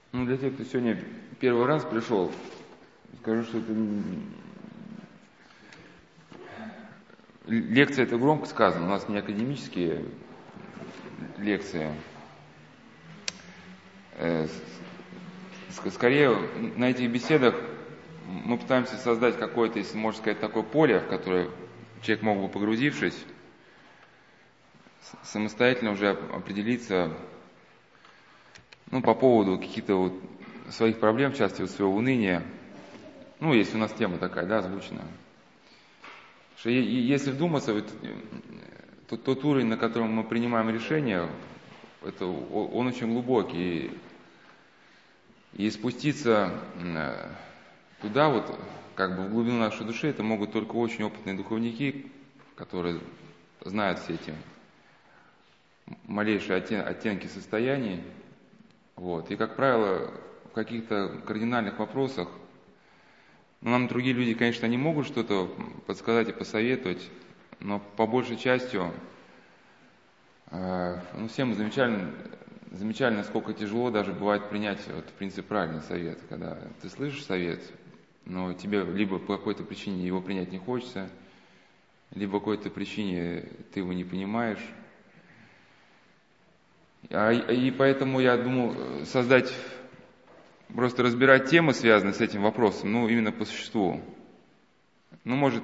Ну, для тех, кто сегодня первый раз пришел, скажу, что это лекция, это громко сказано, у нас не академические лекции. Скорее, на этих беседах мы пытаемся создать какое-то, если можно сказать, такое поле, в которое человек мог бы, погрузившись, самостоятельно уже определиться, ну, по поводу каких-то вот своих проблем, в частности, вот своего уныния. Ну, если у нас тема такая, да, озвучена. Что если вдуматься, вот, тот уровень, на котором мы принимаем решения, он очень глубокий. И спуститься туда, вот, как бы в глубину нашей души, это могут только очень опытные духовники, которые знают все эти малейшие оттенки состояний. Вот. И, как правило, в каких-то кардинальных вопросах, ну, нам другие люди, конечно, не могут что-то подсказать и посоветовать, но по большей частью, всем замечательно, насколько тяжело даже бывает принять, вот, в принципе, правильный совет, когда ты слышишь совет, но тебе либо по какой-то причине его принять не хочется, либо по какой-то причине ты его не понимаешь. И поэтому я думал просто разбирать темы, связанные с этим вопросом, ну, именно по существу. Ну, может,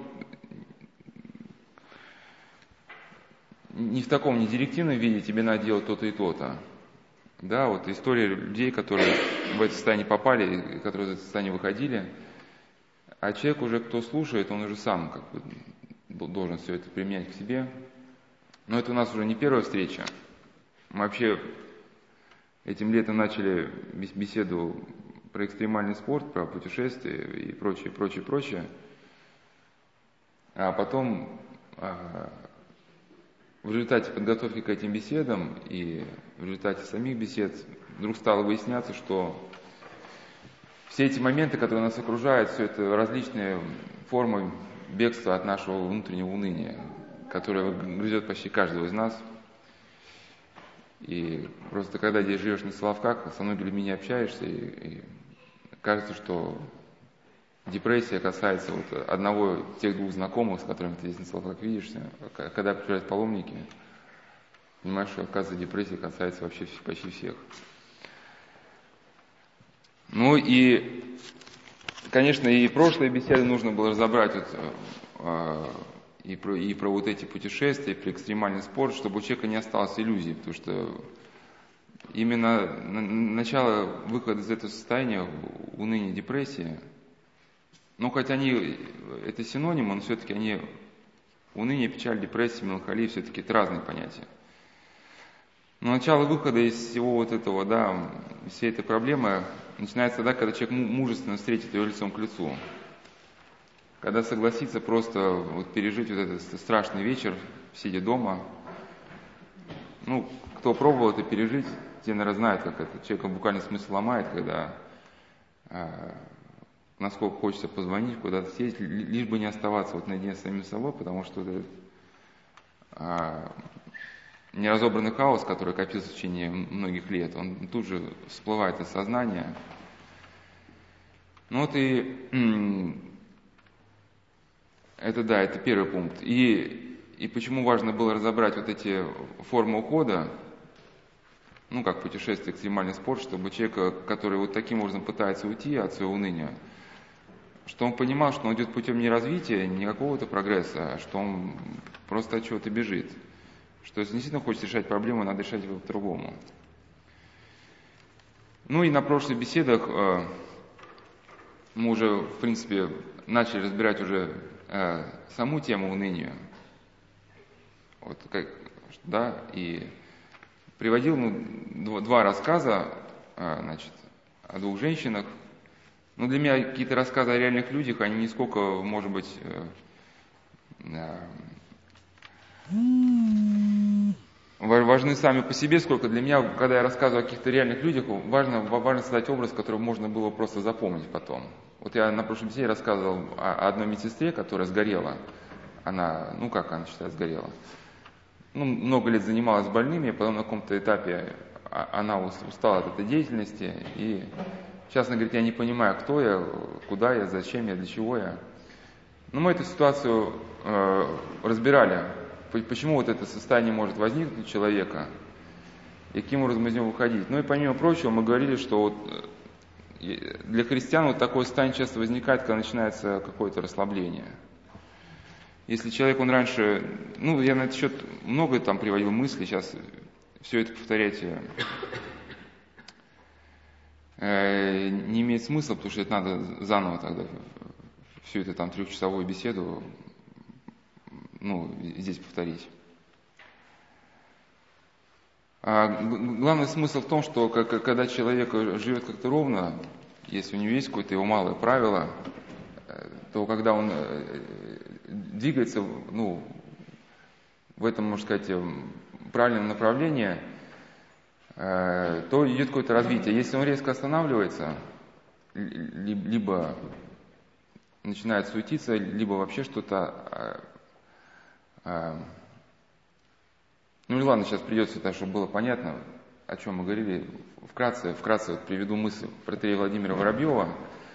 не в таком, не директивном виде тебе надо делать то-то и то-то. Да, вот история людей, которые в это состояние попали, которые из этого состояния выходили. А человек уже, кто слушает, он уже сам как бы должен все это применять к себе. Но это у нас уже не первая встреча. Мы вообще этим летом начали беседу про экстремальный спорт, про путешествия и прочее, прочее, прочее. А потом в результате подготовки к этим беседам и в результате самих бесед вдруг стало выясняться, что все эти моменты, которые нас окружают, все это различные формы бегства от нашего внутреннего уныния, которое грызет почти каждого из нас. И просто когда здесь живешь на Соловках, со многими людьми не общаешься, и кажется, что депрессия касается вот одного тех двух знакомых, с которыми ты здесь на Соловках видишься. Когда приезжают паломники, понимаешь, что, оказывается, депрессия касается вообще почти всех. Ну и, конечно, и прошлые беседы нужно было разобрать и про вот эти путешествия, и про экстремальный спорт, чтобы у человека не осталось иллюзий, потому что именно начало выхода из этого состояния, уныния, депрессии, ну, хоть они, это синонимы, но все-таки они, уныние, печаль, депрессия, меланхолия, все-таки это разные понятия. Но начало выхода из всего вот этого, да, из всей этой проблемы начинается тогда, когда человек мужественно встретит ее лицом к лицу. Когда согласится просто вот пережить вот этот страшный вечер, сидя дома. Ну, кто пробовал это пережить, те, наверное, знают, как это. Человека буквально смысл ломает, когда насколько хочется позвонить, куда-то съездить, лишь бы не оставаться вот наедине с самим собой, потому что этот неразобранный хаос, который копился в течение многих лет, он тут же всплывает из сознания. Ну вот и это да, это первый пункт. И почему важно было разобрать вот эти формы ухода, ну как путешествие, экстремальный спорт, чтобы человек, который вот таким образом пытается уйти от своего уныния, что он понимал, что он идет путем не развития, не какого-то прогресса, а что он просто от чего-то бежит. Что если действительно хочешь решать проблему, надо решать его по-другому. Ну и на прошлых беседах мы уже, в принципе, начали разбирать уже саму тему уныния. Вот, да, и приводил два рассказа, значит, о двух женщинах. Но для меня какие-то рассказы о реальных людях, они не сколько, может быть, важны сами по себе, сколько для меня, когда я рассказываю о каких-то реальных людях, важно создать образ, который можно было просто запомнить потом. Вот я на прошлом беседе рассказывал о одной медсестре, которая сгорела. Она, ну как она считает, сгорела? Ну, много лет занималась больными, а потом на каком-то этапе она устала от этой деятельности, и сейчас она говорит, я не понимаю, кто я, куда я, зачем я, для чего я. Но мы эту ситуацию разбирали, почему вот это состояние может возникнуть у человека, и каким образом из него выходить. Ну и помимо прочего, мы говорили, что вот для христиан вот такое состояние часто возникает, когда начинается какое-то расслабление. Если человек, он раньше, ну, я на этот счет много там приводил мыслей, сейчас все это повторять не имеет смысла, потому что это надо заново тогда всю эту там 3-часовую беседу, ну, здесь повторить. Главный смысл в том, что когда человек живет как-то ровно, если у него есть какое-то его малое правило, то когда он двигается, ну, в этом, можно сказать, правильном направлении, то идет какое-то развитие. Если он резко останавливается, либо начинает суетиться, либо вообще что-то... Ну и ладно, сейчас придется, так, чтобы было понятно, о чем мы говорили. Вкратце вот приведу мысль протоиерея Владимира Воробьева.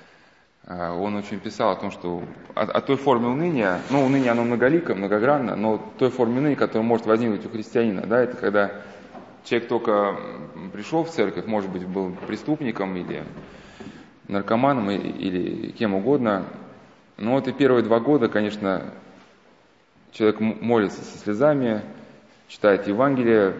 Он очень писал о том, что о той форме уныния, ну, уныние оно многолико, многогранно, но той форме уныния, которая может возникнуть у христианина, да, это когда человек только пришел в церковь, может быть, был преступником или наркоманом или кем угодно, но вот и первые 2 года, конечно, человек молится со слезами, читает Евангелие,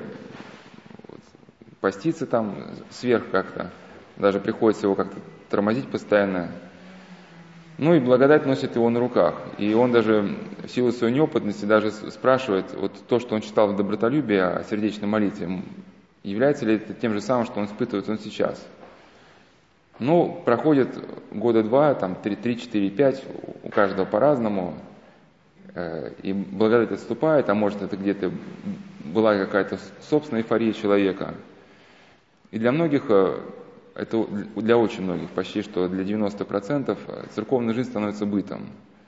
постится там сверх как-то, даже приходится его как-то тормозить постоянно. Ну и благодать носит его на руках. И он даже в силу своей неопытности даже спрашивает, вот то, что он читал в добротолюбии о сердечной молитве, является ли это тем же самым, что он испытывает он сейчас. Ну, проходит 2 года, там 3, 4, 5, у каждого по-разному, и благодать отступает, а может это где-то была какая-то собственная эйфория человека. И для многих, это для очень многих, почти что для 90%, церковная жизнь становится бытом.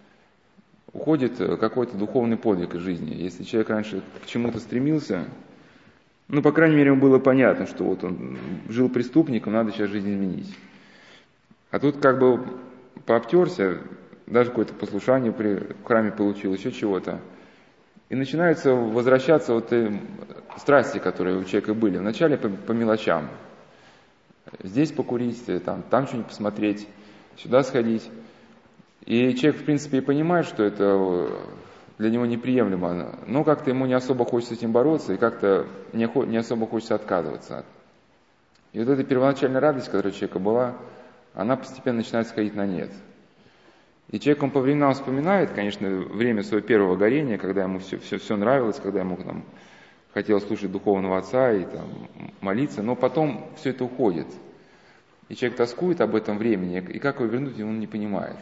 Уходит какой-то духовный подвиг из жизни. Если человек раньше к чему-то стремился, ну, по крайней мере, ему было понятно, что вот он жил преступником, надо сейчас жизнь изменить. А тут как бы пообтерся, даже какое-то послушание в храме получил, еще чего-то. И начинаются возвращаться вот страсти, которые у человека были. Вначале по мелочам. Здесь покурить, там что-нибудь посмотреть, сюда сходить. И человек, в принципе, и понимает, что это для него неприемлемо, но как-то ему не особо хочется с этим бороться, и как-то не особо хочется отказываться. И вот эта первоначальная радость, которая у человека была, она постепенно начинает сходить на нет. И человек, он по временам вспоминает, конечно, время своего первого горения, когда ему все нравилось, когда ему там хотелось слушать духовного отца и там молиться, но потом все это уходит. И человек тоскует об этом времени, и как его вернуть, он не понимает.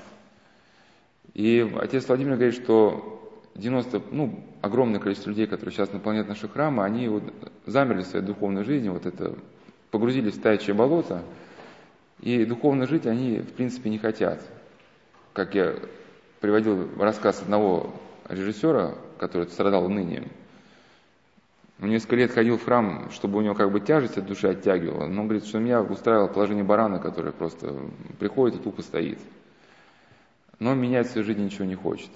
И отец Владимир говорит, что огромное количество людей, которые сейчас наполняют наши храмы, они вот замерли в своей духовной жизни, вот это, погрузились в стоячее болото, и духовно жить они, в принципе, не хотят. Как я приводил рассказ одного режиссера, который страдал унынием. Он несколько лет ходил в храм, чтобы у него как бы тяжесть от души оттягивала, но он говорит, что меня устраивало положение барана, который просто приходит и тупо стоит. Но менять в своей жизни ничего не хочет.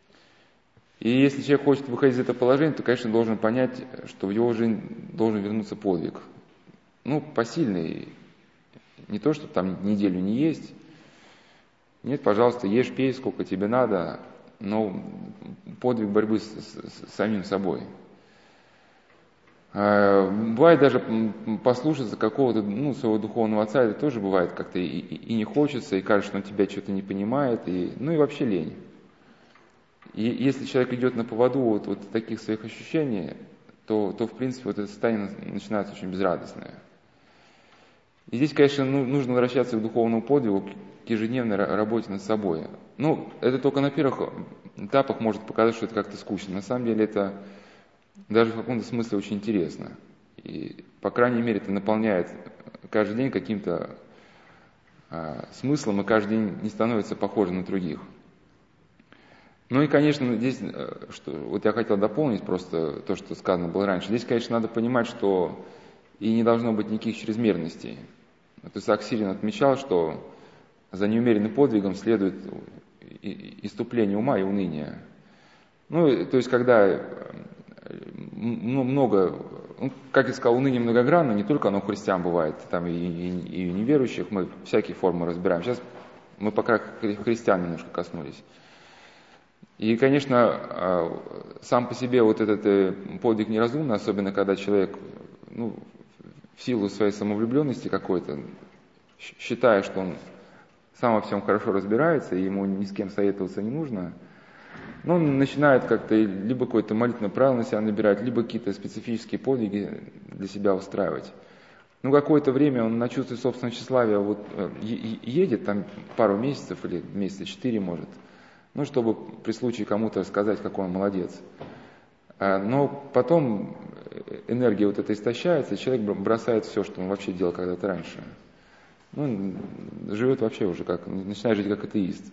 И если человек хочет выходить из этого положения, то, конечно, должен понять, что в его жизнь должен вернуться подвиг. Ну, посильный. Не то, что там неделю не есть. Нет, пожалуйста, ешь, пей, сколько тебе надо, но подвиг борьбы с самим собой. Бывает даже послушаться какого-то своего духовного отца, это тоже бывает как-то и не хочется, и кажется, что он тебя что-то не понимает, и вообще лень. И если человек идет на поводу вот таких своих ощущений, то в принципе вот это состояние начинается очень безрадостное. И здесь, конечно, нужно возвращаться к духовному подвигу, к ежедневной работе над собой. Это только на первых этапах может показаться, что это как-то скучно. На самом деле это даже в каком-то смысле очень интересно. И, по крайней мере, это наполняет каждый день каким-то смыслом, и каждый день не становится похожим на других. Ну и, конечно, здесь, вот я хотел дополнить просто то, что сказано было раньше. Здесь, конечно, надо понимать, что и не должно быть никаких чрезмерностей. То есть Аксилин отмечал, что за неумеренным подвигом следует исступление ума и уныние. Ну, то есть, когда много, как я сказал, уныние многогранно, не только оно у христиан бывает, там и у неверующих, мы всякие формы разбираем. Сейчас мы пока христиан немножко коснулись. И, конечно, сам по себе вот этот подвиг неразумный, особенно когда человек, в силу своей самовлюбленности какой-то, считая, что он сам во всем хорошо разбирается, и ему ни с кем советоваться не нужно, но он начинает как-то либо какое-то молитвенное правило на себя набирать, либо какие-то специфические подвиги для себя устраивать. Какое-то время он на чувстве собственного тщеславия едет, там пару месяцев или месяца 4 может, чтобы при случае кому-то сказать, какой он молодец. Но потом энергия вот эта истощается, и человек бросает все, что он вообще делал когда-то раньше. Живет вообще уже начинает жить как атеист.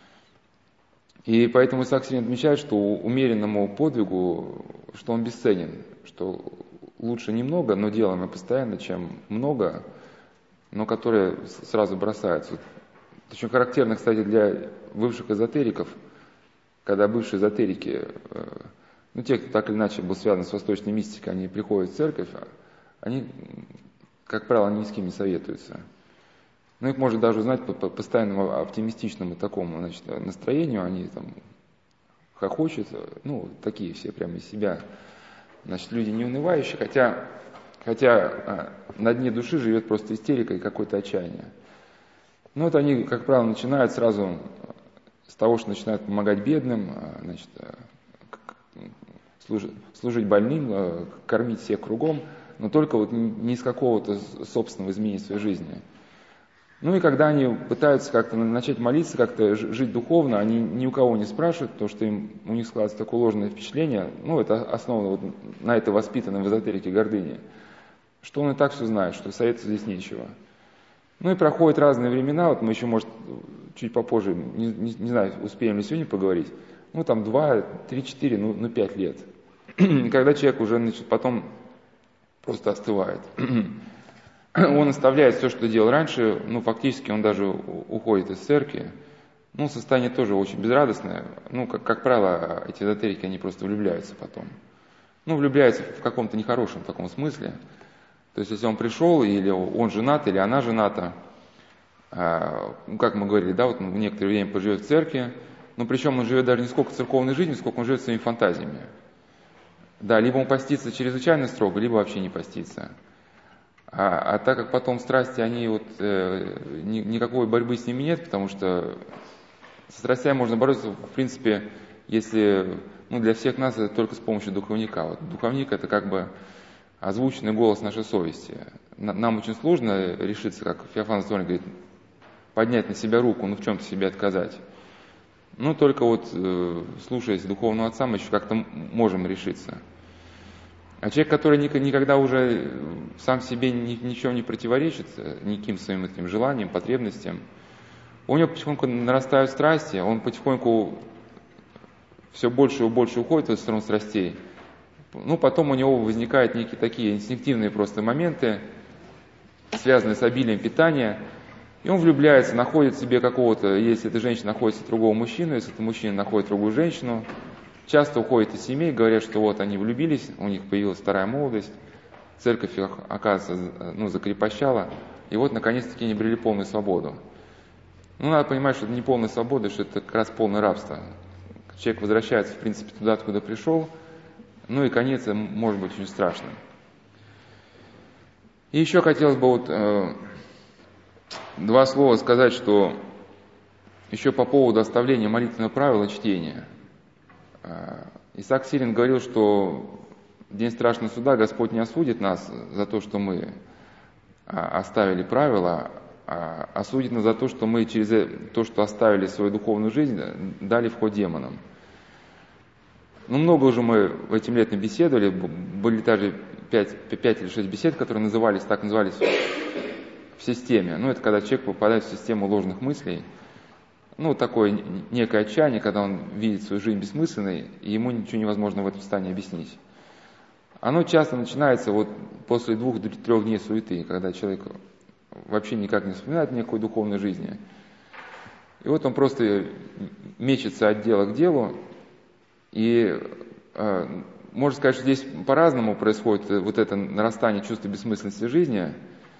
И поэтому Аксилин отмечает, что умеренному подвигу, что он бесценен, что лучше немного, но делаемое постоянно, чем много, но которое сразу бросается. Это очень характерно, кстати, для бывших эзотериков, когда бывшие эзотерики, те, кто так или иначе был связан с восточной мистикой, они приходят в церковь, они, как правило, ни с кем не советуются. Их можно даже узнать по постоянному оптимистичному такому, настроению, они там хохочут, такие все прямо из себя, люди не унывающие, хотя на дне души живет просто истерика и какое-то отчаяние. Они, как правило, начинают сразу с того, что начинают помогать бедным, служить больным, кормить всех кругом, но только не из какого-то собственного изменения своей жизни. И когда они пытаются как-то начать молиться, как-то жить духовно, они ни у кого не спрашивают, потому что у них складывается такое ложное впечатление, это основано на этой воспитанной в эзотерике гордыне, что он и так все знает, что советовать здесь нечего. И проходят разные времена, мы еще, может, чуть попозже, не знаю, успеем ли сегодня поговорить, 2, 3, 4, 5 лет. Когда человек уже, потом просто остывает. Он оставляет все, что делал раньше, фактически он даже уходит из церкви. Состояние тоже очень безрадостное. Как правило, эти эзотерики, они просто влюбляются потом. Влюбляются в каком-то нехорошем таком смысле. То есть, если он пришел, или он женат, или она жената, как мы говорили, некоторое время поживет в церкви, причем он живет даже не сколько церковной жизнью, сколько он живет своими фантазиями. Да, либо он постится чрезвычайно строго, либо вообще не постится. А так как потом страсти, они никакой борьбы с ними нет, потому что со страстями можно бороться, в принципе, если, для всех нас это только с помощью духовника. Духовник — это как бы озвученный голос нашей совести. Нам очень сложно решиться, как Феофан Зазорник говорит, поднять на себя руку, в чем-то себе отказать. Только слушаясь духовного отца, мы еще как-то можем решиться. А человек, который никогда уже сам себе ничем не противоречит, никаким своим этим желаниям, потребностям, у него потихоньку нарастают страсти, он потихоньку все больше и больше уходит в эту сторону страстей. Потом у него возникают некие такие инстинктивные просто моменты, связанные с обилием питания, и он влюбляется, находит себе какого-то, если эта женщина находит себе другого мужчину, если этот мужчина находит другую женщину, часто уходят из семей, говорят, что они влюбились, у них появилась вторая молодость, церковь их, оказывается, закрепощала, и наконец-таки они обрели полную свободу. Надо понимать, что это не полная свобода, что это как раз полное рабство. Человек возвращается, в принципе, туда, откуда пришел, и конец может быть очень страшным. И еще хотелось бы два слова сказать, что еще по поводу оставления молитвенного правила чтения. Исаак Сирин говорил, что в день страшного суда Господь не осудит нас за то, что мы оставили правила, а осудит нас за то, что мы через то, что оставили свою духовную жизнь, дали вход демонам. Много уже мы этим летом беседовали, были даже 5 или 6 бесед, которые так назывались в системе. Это когда человек попадает в систему ложных мыслей. Такое некое отчаяние, когда он видит свою жизнь бессмысленной, и ему ничего невозможно в этом состоянии объяснить. оно часто начинается вот после 2-3 дней суеты, когда человек вообще никак не вспоминает никакой духовной жизни. И вот он просто мечется от дела к делу, и можно сказать, что здесь по-разному происходит вот это нарастание чувства бессмысленности жизни.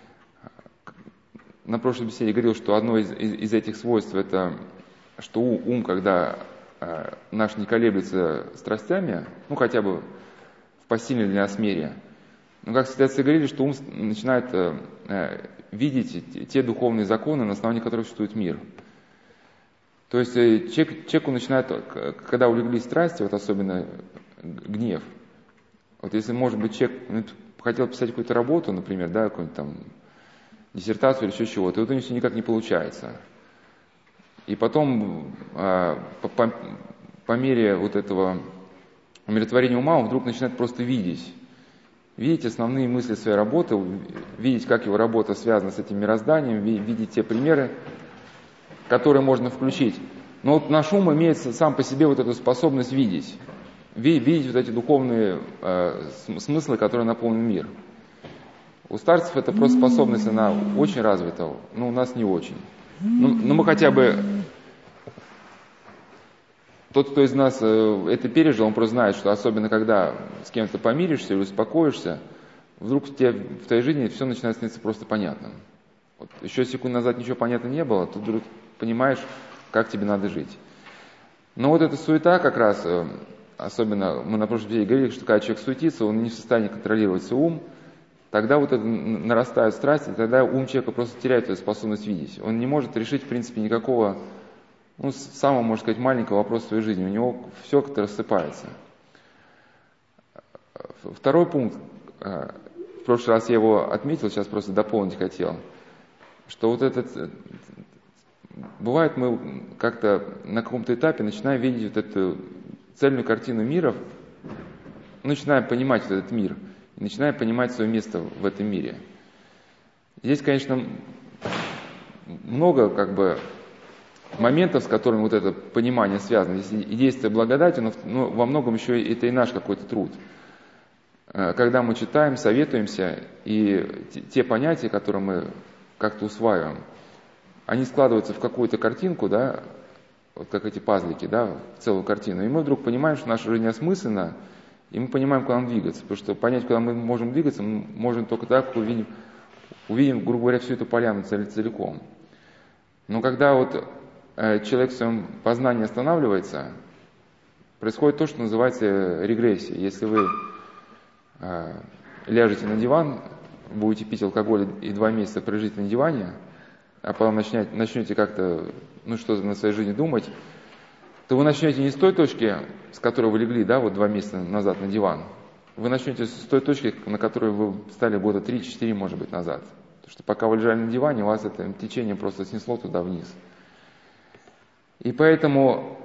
На прошлой беседе говорил, что одно из этих свойств это, что ум, когда наш не колеблется страстями, ну хотя бы в посильной для нас мере, но как святые говорили, что ум начинает видеть те духовные законы, на основании которых существует мир. То есть человеку начинает, когда улеглись страсти, вот особенно гнев, вот если, может быть, человек хотел писать какую-то работу, например, да, какую-нибудь там диссертацию или еще чего-то, и вот у него все никак не получается. И потом, по мере вот этого умиротворения ума, он вдруг начинает просто видеть основные мысли своей работы, видеть, как его работа связана с этим мирозданием, видеть те примеры, которые можно включить. Но вот наш ум имеет сам по себе вот эту способность видеть вот эти духовные смыслы, которые наполнен мир. У старцев это просто способность, она очень развита, но у нас не очень. Но мы хотя бы... Тот, кто из нас это пережил, он просто знает, что особенно когда с кем-то помиришься или успокоишься, вдруг в твоей жизни все начинает становиться просто понятным. Вот еще секунду назад ничего понятно не было, ты вдруг понимаешь, как тебе надо жить. Но вот эта суета как раз, особенно мы на прошлой неделе говорили, что когда человек суетится, он не в состоянии контролировать свой ум, тогда вот это нарастают страсти, тогда ум человека просто теряет эту способность видеть. Он не может решить, в принципе, никакого, самого, можно сказать, маленького вопроса в своей жизни. У него все как-то рассыпается. Второй пункт, в прошлый раз я его отметил, сейчас просто дополнить хотел, что вот этот... Бывает, мы как-то на каком-то этапе начинаем видеть вот эту цельную картину мира, начинаем понимать вот этот мир, и начинаем понимать свое место в этом мире. Здесь, конечно, много моментов, с которыми вот это понимание связано. Здесь и действие благодати, но во многом еще это и наш какой-то труд. Когда мы читаем, советуемся, и те понятия, которые мы как-то усваиваем, они складываются в какую-то картинку, да, вот как эти пазлики, да, в целую картину. И мы вдруг понимаем, что наша жизнь осмысленна, и мы понимаем, куда нам двигаться. Потому что понять, куда мы можем двигаться, мы можем только так, как увидим, грубо говоря, всю эту поляну целиком. Но когда вот человек в своем познании останавливается, происходит то, что называется регрессия. Если вы ляжете на диван, будете пить алкоголь и 2 месяца прожить на диване, а потом начнете как-то, что-то на своей жизни думать, то вы начнете не с той точки, с которой вы легли, да, вот 2 месяца назад на диван. Вы начнете с той точки, на которой вы стали года 3-4, может быть, назад. Потому что пока вы лежали на диване, вас это течение просто снесло туда вниз. И поэтому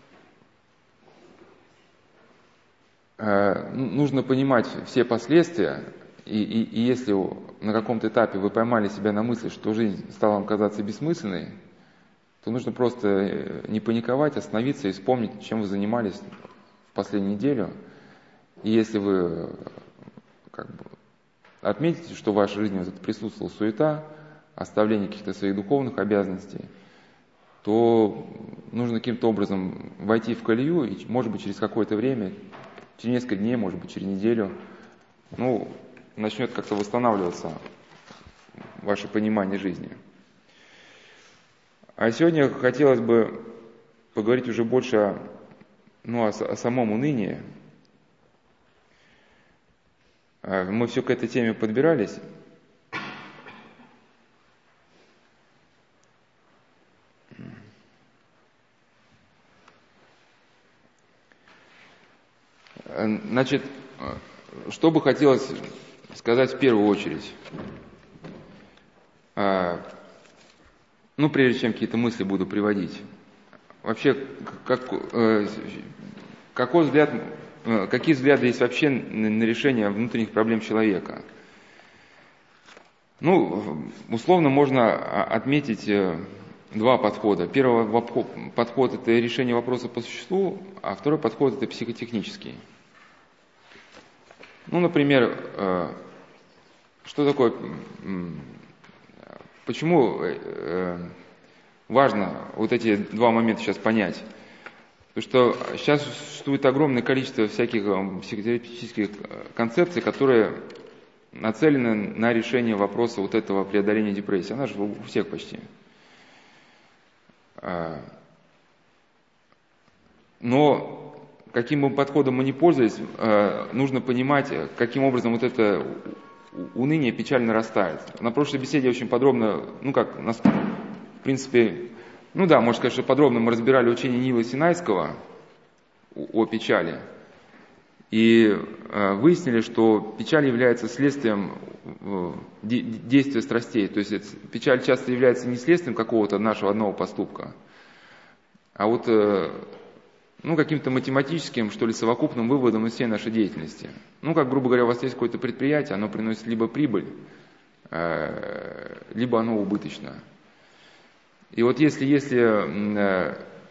нужно понимать все последствия, и если на каком-то этапе вы поймали себя на мысли, что жизнь стала вам казаться бессмысленной, то нужно просто не паниковать, остановиться и вспомнить, чем вы занимались в последнюю неделю. И если вы отметите, что в вашей жизни присутствовала суета, оставление каких-то своих духовных обязанностей, то нужно каким-то образом войти в колею, и, может быть, через какое-то время, через несколько дней, может быть, через неделю, начнет как-то восстанавливаться ваше понимание жизни. А сегодня хотелось бы поговорить уже больше о самом унынии. Мы все к этой теме подбирались. Значит, что бы хотелось сказать в первую очередь? Прежде чем какие-то мысли буду приводить. Вообще, какие взгляды есть вообще на решение внутренних проблем человека? Условно можно отметить 2 подхода. Первый подход – это решение вопроса по существу, а второй подход – это психотехнический. Ну, например, что такое, почему важно вот эти два момента сейчас понять? Потому что сейчас существует огромное количество всяких психотерапевтических концепций, которые нацелены на решение вопроса вот этого преодоления депрессии. Она же у всех почти. Но каким бы подходом мы ни пользовались, нужно понимать, каким образом вот это уныние, печаль нарастает. На прошлой беседе очень подробно, в принципе, можно сказать, что подробно мы разбирали учение Нила Синайского о печали. И выяснили, что печаль является следствием действия страстей. То есть печаль часто является не следствием какого-то нашего одного поступка, а вот каким-то математическим, что ли, совокупным выводом из всей нашей деятельности. Грубо говоря, у вас есть какое-то предприятие, оно приносит либо прибыль, либо оно убыточно. И вот если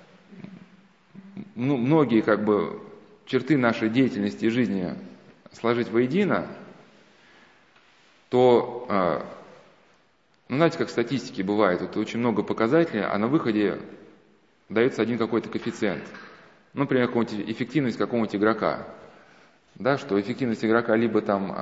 многие черты нашей деятельности и жизни сложить воедино, то, знаете, как в статистике бывает, тут очень много показателей, а на выходе дается один какой-то коэффициент. Например, какую-нибудь эффективность какого-нибудь игрока. Да, что эффективность игрока либо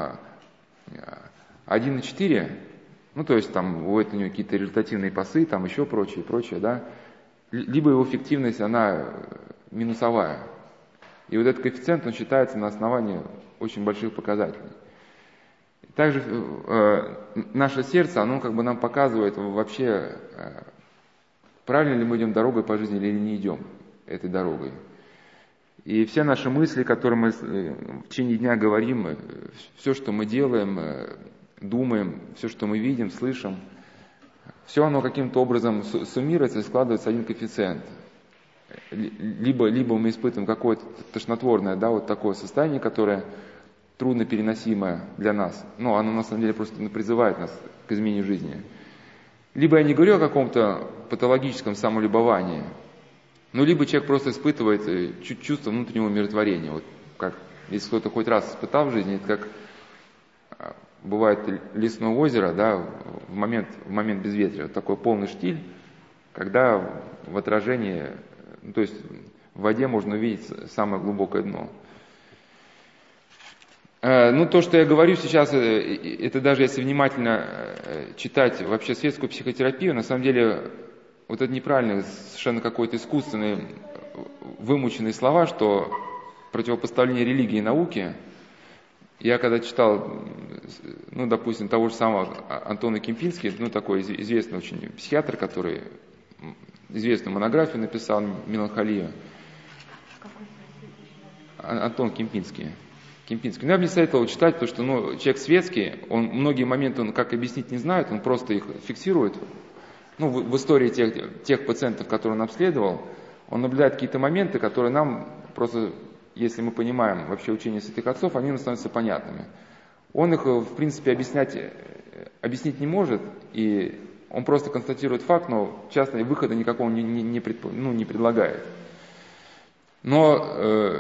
1,4, то есть бывают у него какие-то результативные пасы, еще прочее, да, либо его эффективность, она минусовая. И вот этот коэффициент, он считается на основании очень больших показателей. Также наше сердце, оно нам показывает вообще, правильно ли мы идем дорогой по жизни или не идем этой дорогой. И все наши мысли, которые мы в течение дня говорим, все, что мы делаем, думаем, все, что мы видим, слышим, все оно каким-то образом суммируется и складывается в один коэффициент. Либо мы испытываем какое-то тошнотворное, такое состояние, которое трудно переносимое для нас. Оно на самом деле просто призывает нас к изменению жизни. Либо я не говорю о каком-то патологическом самолюбовании, либо человек просто испытывает чувство внутреннего умиротворения. Вот как, если кто-то хоть раз испытал в жизни, это как бывает лесное озеро, да, в момент безветрия, вот такой полный штиль, когда в отражении, то есть в воде можно увидеть самое глубокое дно. То, что я говорю сейчас, это даже если внимательно читать вообще светскую психотерапию, на самом деле вот это неправильно, совершенно какой-то искусственный, вымученные слова, что противопоставление религии и науки. Я когда читал, допустим, того же самого Антона Кемпински, такой известный очень психиатр, который известную монографию написал «Меланхолия». Антон Кемпинский. Я бы не советовал читать, потому что человек светский, он многие моменты, он как объяснить не знает, он просто их фиксирует. В истории тех пациентов, которые он обследовал, он наблюдает какие-то моменты, которые нам просто, если мы понимаем вообще учение святых отцов, они нам становятся понятными. Он их, в принципе, объяснить не может, и он просто констатирует факт, но часто выхода никакого не предлагает. Но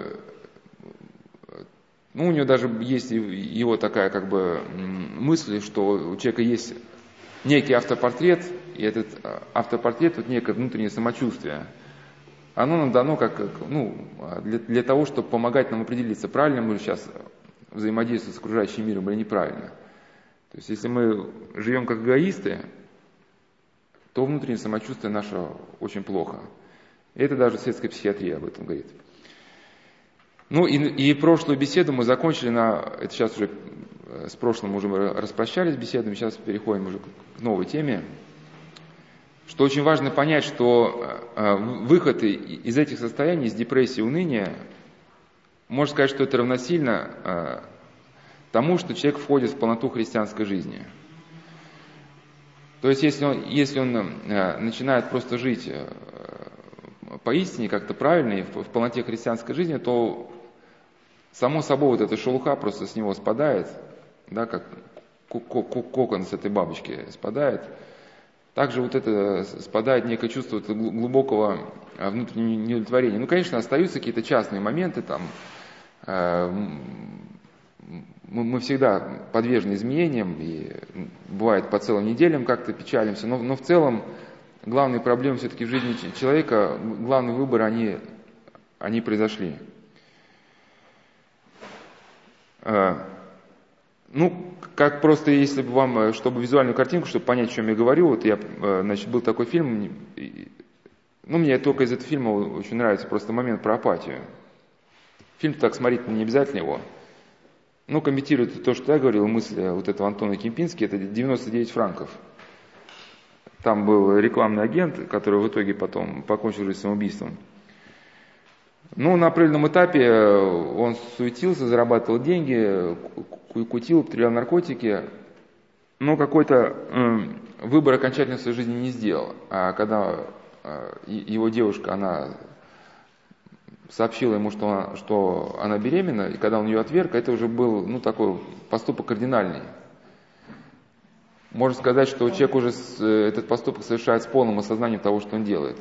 у него даже есть его такая мысль, что у человека есть некий автопортрет, и этот автопортрет, вот некое внутреннее самочувствие, оно нам дано для того, чтобы помогать нам определиться, правильно мы сейчас взаимодействуем с окружающим миром или неправильно. То есть, если мы живем как эгоисты, то внутреннее самочувствие наше очень плохо. И это даже светская психиатрия об этом говорит. И прошлую беседу мы закончили это сейчас уже с прошлым уже мы распрощались беседами, сейчас переходим уже к новой теме. Что очень важно понять, что выход из этих состояний, из депрессии, уныния, можно сказать, что это равносильно тому, что человек входит в полноту христианской жизни. То есть, если он начинает просто жить поистине как-то правильно и в полноте христианской жизни, то само собой вот эта шелуха просто с него спадает, да, как кокон с этой бабочки спадает. Также вот это спадает некое чувство глубокого внутреннего неудовлетворения. Конечно, остаются какие-то частные моменты, мы всегда подвержены изменениям, и бывает по целым неделям как-то печалимся, но в целом главные проблемы все-таки в жизни человека, главный выбор, они произошли. Как просто, если бы вам, чтобы визуальную картинку, чтобы понять, о чем я говорю, вот я, был такой фильм, мне только из этого фильма очень нравится просто момент про апатию. Фильм так смотреть не обязательно его. Комментирует то, что я говорил, мысль вот этого Антона Кемпински, это 99 франков. Там был рекламный агент, который в итоге потом покончил жизнь самоубийством. На определенном этапе он суетился, зарабатывал деньги, кутил, употреблял наркотики, но какой-то выбор окончательно в своей жизни не сделал. А когда его девушка, она сообщила ему, что она беременна, и когда он ее отверг, это уже был такой поступок кардинальный. Можно сказать, что человек уже этот поступок совершает с полным осознанием того, что он делает.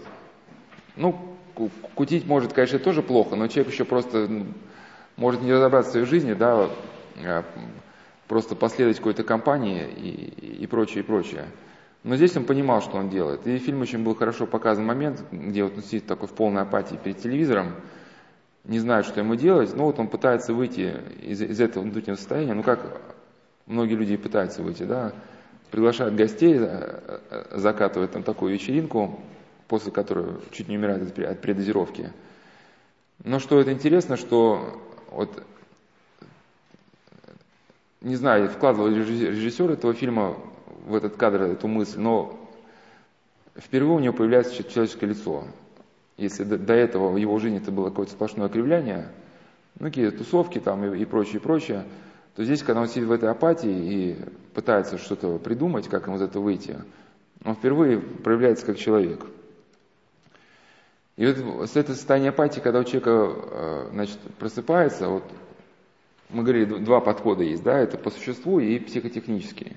Кутить может, конечно, тоже плохо, но человек еще просто может не разобраться в своей жизни, да, просто последовать какой-то компании и прочее, и прочее. Но здесь он понимал, что он делает. И в фильме очень был хорошо показан момент, где он сидит такой в полной апатии перед телевизором, не знает, что ему делать, но он пытается выйти из этого внутреннего состояния, как многие люди пытаются выйти, да, приглашают гостей, закатывают там такую вечеринку, после которой чуть не умирает от передозировки. Но что это интересно, что не знаю, вкладывал ли режиссер этого фильма в этот кадр эту мысль, но впервые у него появляется человеческое лицо. Если до этого в его жизни это было какое-то сплошное окривляние, какие-то тусовки там и прочее, то здесь, когда он сидит в этой апатии и пытается что-то придумать, как ему из этого выйти, он впервые проявляется как человек. И с этого состояния апатии, когда у человека просыпается, мы говорили, два подхода есть, да, это по существу и психотехнические.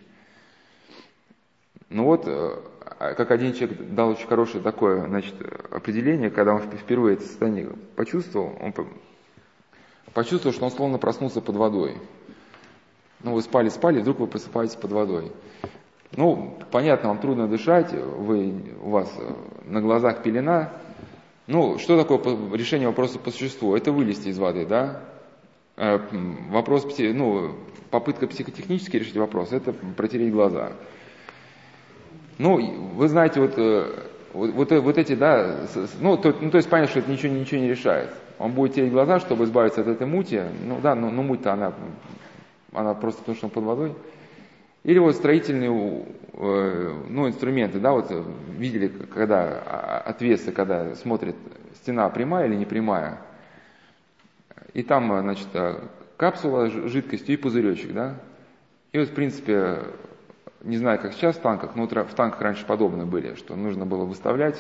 Как один человек дал очень хорошее такое, определение, когда он впервые это состояние почувствовал, он почувствовал, что он словно проснулся под водой. Вы спали, вдруг вы просыпаетесь под водой. Понятно, вам трудно дышать, у вас на глазах пелена. Что такое решение вопроса по существу? Это вылезти из воды, да? Попытка психотехнически решить вопрос, это протереть глаза. Вы знаете, эти, да, то есть понятно, что это ничего не решает. Он будет тереть глаза, чтобы избавиться от этой мути. Муть-то она просто потому, что он под водой. Или строительные, инструменты, да, видели, когда отвесы, когда смотрят, стена прямая или не прямая. И там, капсула с жидкостью и пузыречек, да. И в принципе, не знаю, как сейчас в танках, но в танках раньше подобные были, что нужно было выставлять,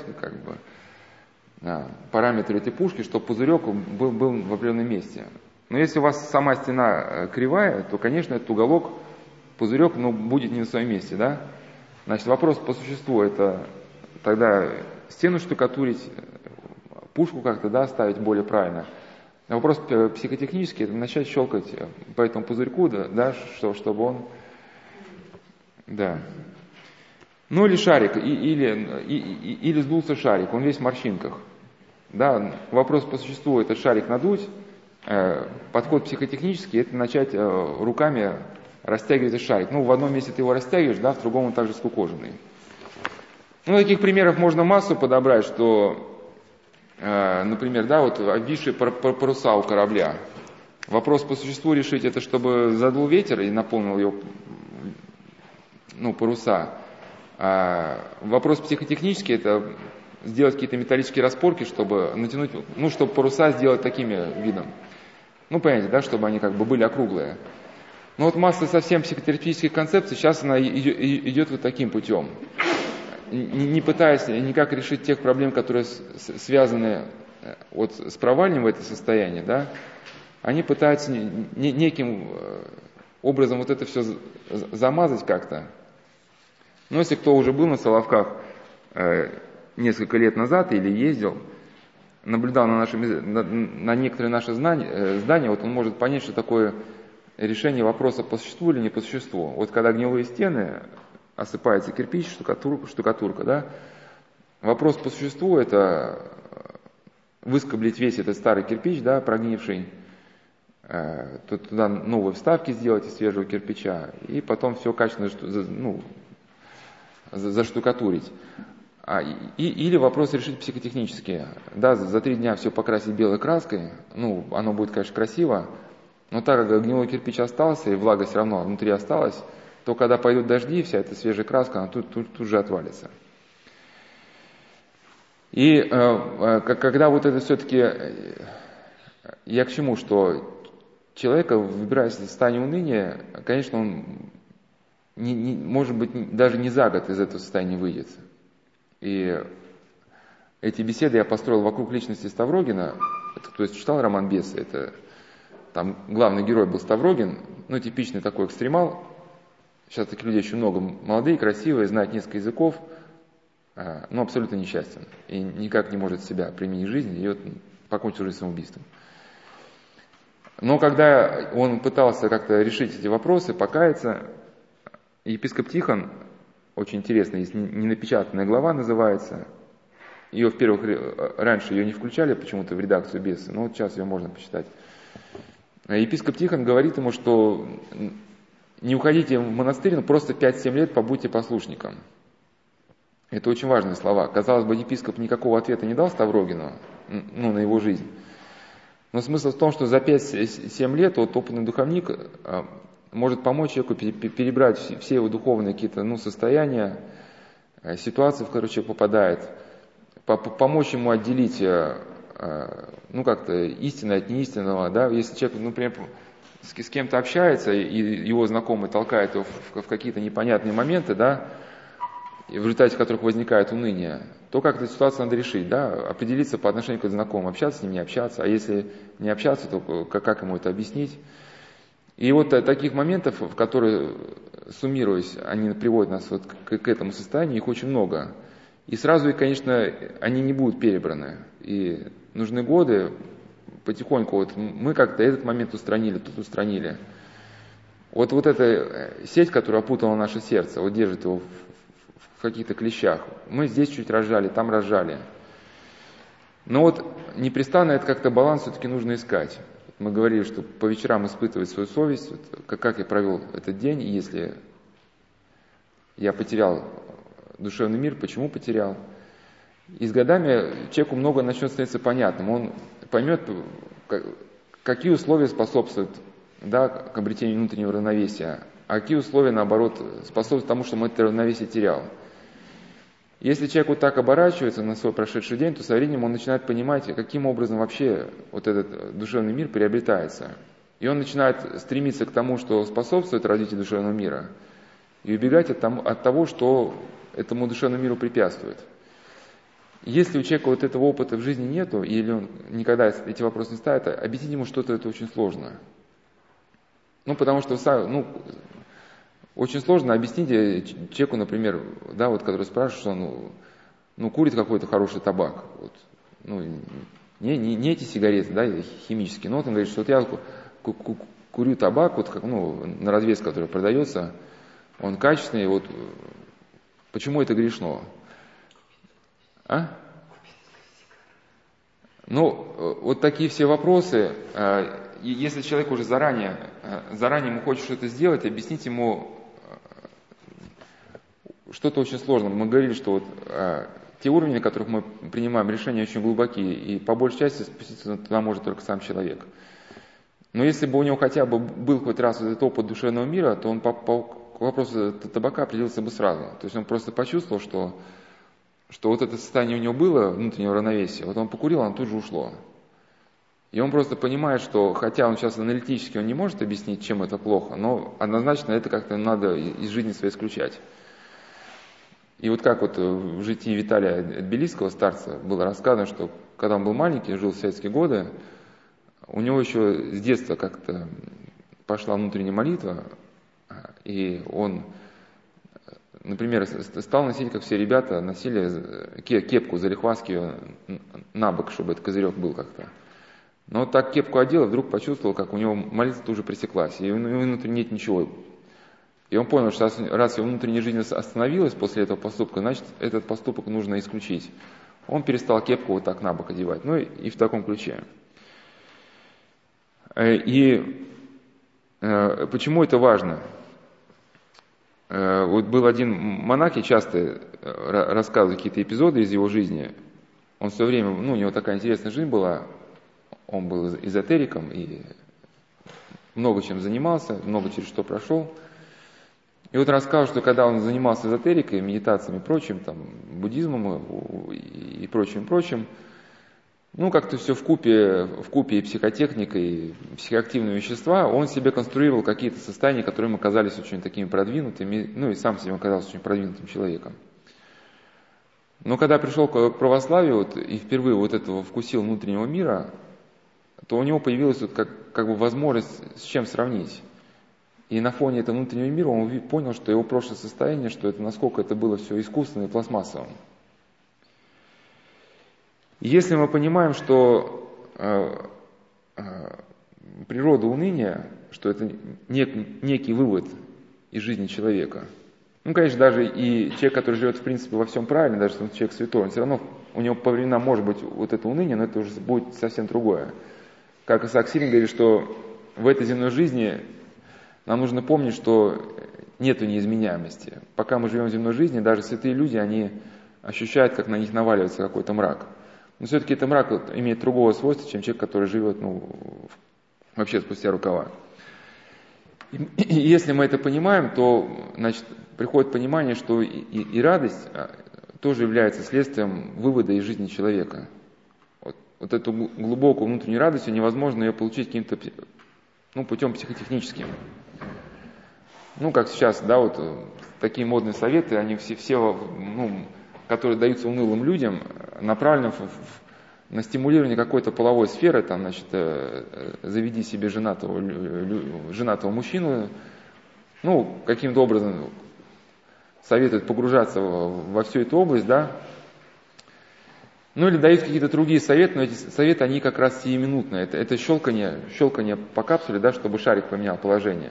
параметры этой пушки, чтобы пузырек был в определенном месте. Но если у вас сама стена кривая, то, конечно, этот уголок, пузырек, будет не на своем месте, да. Вопрос по существу, это тогда стену штукатурить, пушку как-то, да, ставить более правильно. А вопрос психотехнический, это начать щелкать по этому пузырьку, да, чтобы он, да. Или шарик, или сдулся шарик, он весь в морщинках. Да, вопрос по существу, этот шарик надуть, подход психотехнический, это начать руками растягивать этот шарик. В одном месте ты его растягиваешь, да, в другом он также скукоженный. Таких примеров можно массу подобрать, что, например, да, обвисшие паруса у корабля. Вопрос по существу решить, это чтобы задул ветер и наполнил его, паруса. А вопрос психотехнический, это сделать какие-то металлические распорки, чтобы натянуть, чтобы паруса сделать такими видом. Понимаете, да, чтобы они были округлые. Масса совсем психотерапевтических концепций, сейчас она идет таким путем. Не пытаясь никак решить тех проблем, которые связаны с провалением в это состояние, да, они пытаются неким образом это все замазать как-то. Если кто уже был на Соловках несколько лет назад или ездил, наблюдал на некоторые наши здания, он может понять, что такое решение вопроса по существу или не по существу. Вот когда гнилые стены, осыпается кирпич, штукатурка, да, вопрос по существу — это выскоблить весь этот старый кирпич, да, прогнивший, туда новые вставки сделать из свежего кирпича, и потом все качественно заштукатурить. Или вопрос решить психотехнически. Да, за 3 дня все покрасить белой краской, оно будет, конечно, красиво, но так как гнилой кирпич остался, и влага все равно внутри осталась, то когда пойдут дожди, вся эта свежая краска, она тут же отвалится. И когда вот это все-таки, я к чему, что человека, выбираясь в состояние уныния, конечно, он, может быть, даже не за год из этого состояния выйдет. И эти беседы я построил вокруг личности Ставрогина. Кто читал роман «Бесы», это там главный герой был Ставрогин, типичный такой экстремал. Сейчас таких людей очень много, молодые, красивые, знают несколько языков, но абсолютно несчастен. И никак не может себя применить в жизни, и вот покончил жизнь самоубийством. Но когда он пытался как-то решить эти вопросы, покаяться, епископ Тихон, очень интересно, есть ненапечатанная глава называется, ее, во-первых, раньше ее не включали почему-то в редакцию «Бесы», но вот сейчас ее можно почитать. Епископ Тихон говорит ему, что не уходите в монастырь, но просто 5-7 лет побудьте послушником. Это очень важные слова. Казалось бы, епископ никакого ответа не дал Ставрогину, на его жизнь. Но смысл в том, что за 5-7 лет опытный духовник может помочь человеку перебрать все его духовные какие-то состояния, ситуации, в которые человек попадает, помочь ему отделить как-то истинное от неистинного. Да? Если человек, например, с кем-то общается, и его знакомый толкает его в какие-то непонятные моменты, да, в результате которых возникает уныние, то как эту ситуацию надо решить, да, определиться по отношению к знакомым, общаться с ним, не общаться, а если не общаться, то как ему это объяснить. И вот таких моментов, в которые, суммируясь, они приводят нас вот к этому состоянию, их очень много. И сразу, конечно, они не будут перебраны. И нужны годы, потихоньку, вот мы как-то этот момент устранили, тут устранили. Вот эта сеть, которая опутала наше сердце, вот держит его в каких-то клещах. Мы здесь чуть разжали, там разжали. Но вот непрестанно это как-то баланс все-таки нужно искать. Мы говорили, что по вечерам испытывать свою совесть, как я провел этот день, и если я потерял душевный мир, почему потерял. И с годами человеку много начнет становиться понятным. Он поймет, какие условия способствуют, да, к обретению внутреннего равновесия, а какие условия, наоборот, способствуют тому, чтобы он это равновесие терял. Если человек вот так оборачивается на свой прошедший день, то со временем он начинает понимать, каким образом вообще вот этот душевный мир приобретается. И он начинает стремиться к тому, что способствует развитию душевного мира, и убегать от того, что этому душевному миру препятствует. Если у человека вот этого опыта в жизни нету, или он никогда эти вопросы не ставит, объяснить ему что-то это очень сложно. Потому что очень сложно объяснить человеку, например, да, вот, который спрашивает, что он курит какой-то хороший табак. Вот, не эти сигареты, да, химические, но вот он говорит, что вот я курю табак, вот, на развес, который продается, он качественный, вот почему это грешно? Вот такие все вопросы, если человек уже заранее ему хочет что-то сделать, объяснить ему что-то очень сложно. Мы говорили, что вот те уровни, на которых мы принимаем решения, очень глубокие, и по большей части спуститься туда может только сам человек. Но если бы у него хотя бы был хоть раз этот опыт душевного мира, то он по вопросу табака определился бы сразу. То есть он просто почувствовал, что вот это состояние у него было, внутреннего равновесия, вот он покурил, оно тут же ушло. И он просто понимает, что, хотя он сейчас аналитически он не может объяснить, чем это плохо, но однозначно это как-то надо из жизни своей исключать. И вот как вот в житии Виталия Тбилисского, старца, было рассказано, что когда он был маленький, жил в советские годы, у него еще с детства как-то пошла внутренняя молитва, и он, например, стал носить, как все ребята, носили кепку залихватскую на бок, чтобы этот козырек был как-то. Но вот так кепку одел, и вдруг почувствовал, как у него молитва тут же пресеклась, и у него внутри нет ничего. И он понял, что раз его внутренняя жизнь остановилась после этого поступка, значит, этот поступок нужно исключить. Он перестал кепку вот так на бок одевать. Ну и в таком ключе. И почему это важно? Вот был один монах, я часто рассказываю какие-то эпизоды из его жизни. Он все время, у него такая интересная жизнь была. Он был эзотериком и много чем занимался, много через что прошел. И вот рассказывал, что когда он занимался эзотерикой, медитациями и прочим, там, буддизмом и прочим, как-то все вкупе и психотехника, и психоактивные вещества, он себе конструировал какие-то состояния, которые ему казались очень такими продвинутыми, и сам себе казался очень продвинутым человеком. Но когда пришел к православию и впервые вот этого вкусил внутреннего мира, то у него появилась вот как бы возможность с чем сравнить. И на фоне этого внутреннего мира он понял, что его прошлое состояние, что это насколько это было все искусственно и пластмассовым. И если мы понимаем, что природа уныния, что это некий вывод из жизни человека. Конечно, даже и человек, который живет в принципе во всем правильно, даже если он человек святой, он все равно, у него по временам может быть вот это уныние, но это уже будет совсем другое. Как Исаак Сирин говорит, что в этой земной жизни нам нужно помнить, что нету неизменяемости. Пока мы живем в земной жизни, даже святые люди, они ощущают, как на них наваливается какой-то мрак. Но все-таки этот мрак имеет другого свойства, чем человек, который живет вообще спустя рукава. И если мы это понимаем, то значит, приходит понимание, что и радость тоже является следствием вывода из жизни человека. Вот эту глубокую внутреннюю радость невозможно ее получить каким-то путем психотехническим. Как сейчас, такие модные советы, они все которые даются унылым людям, направлены на стимулирование какой-то половой сферы, заведи себе женатого мужчину, каким-то образом советуют погружаться во всю эту область, или дают какие-то другие советы, но эти советы, они как раз сиюминутные. Это щелканье по капсуле, чтобы шарик поменял положение.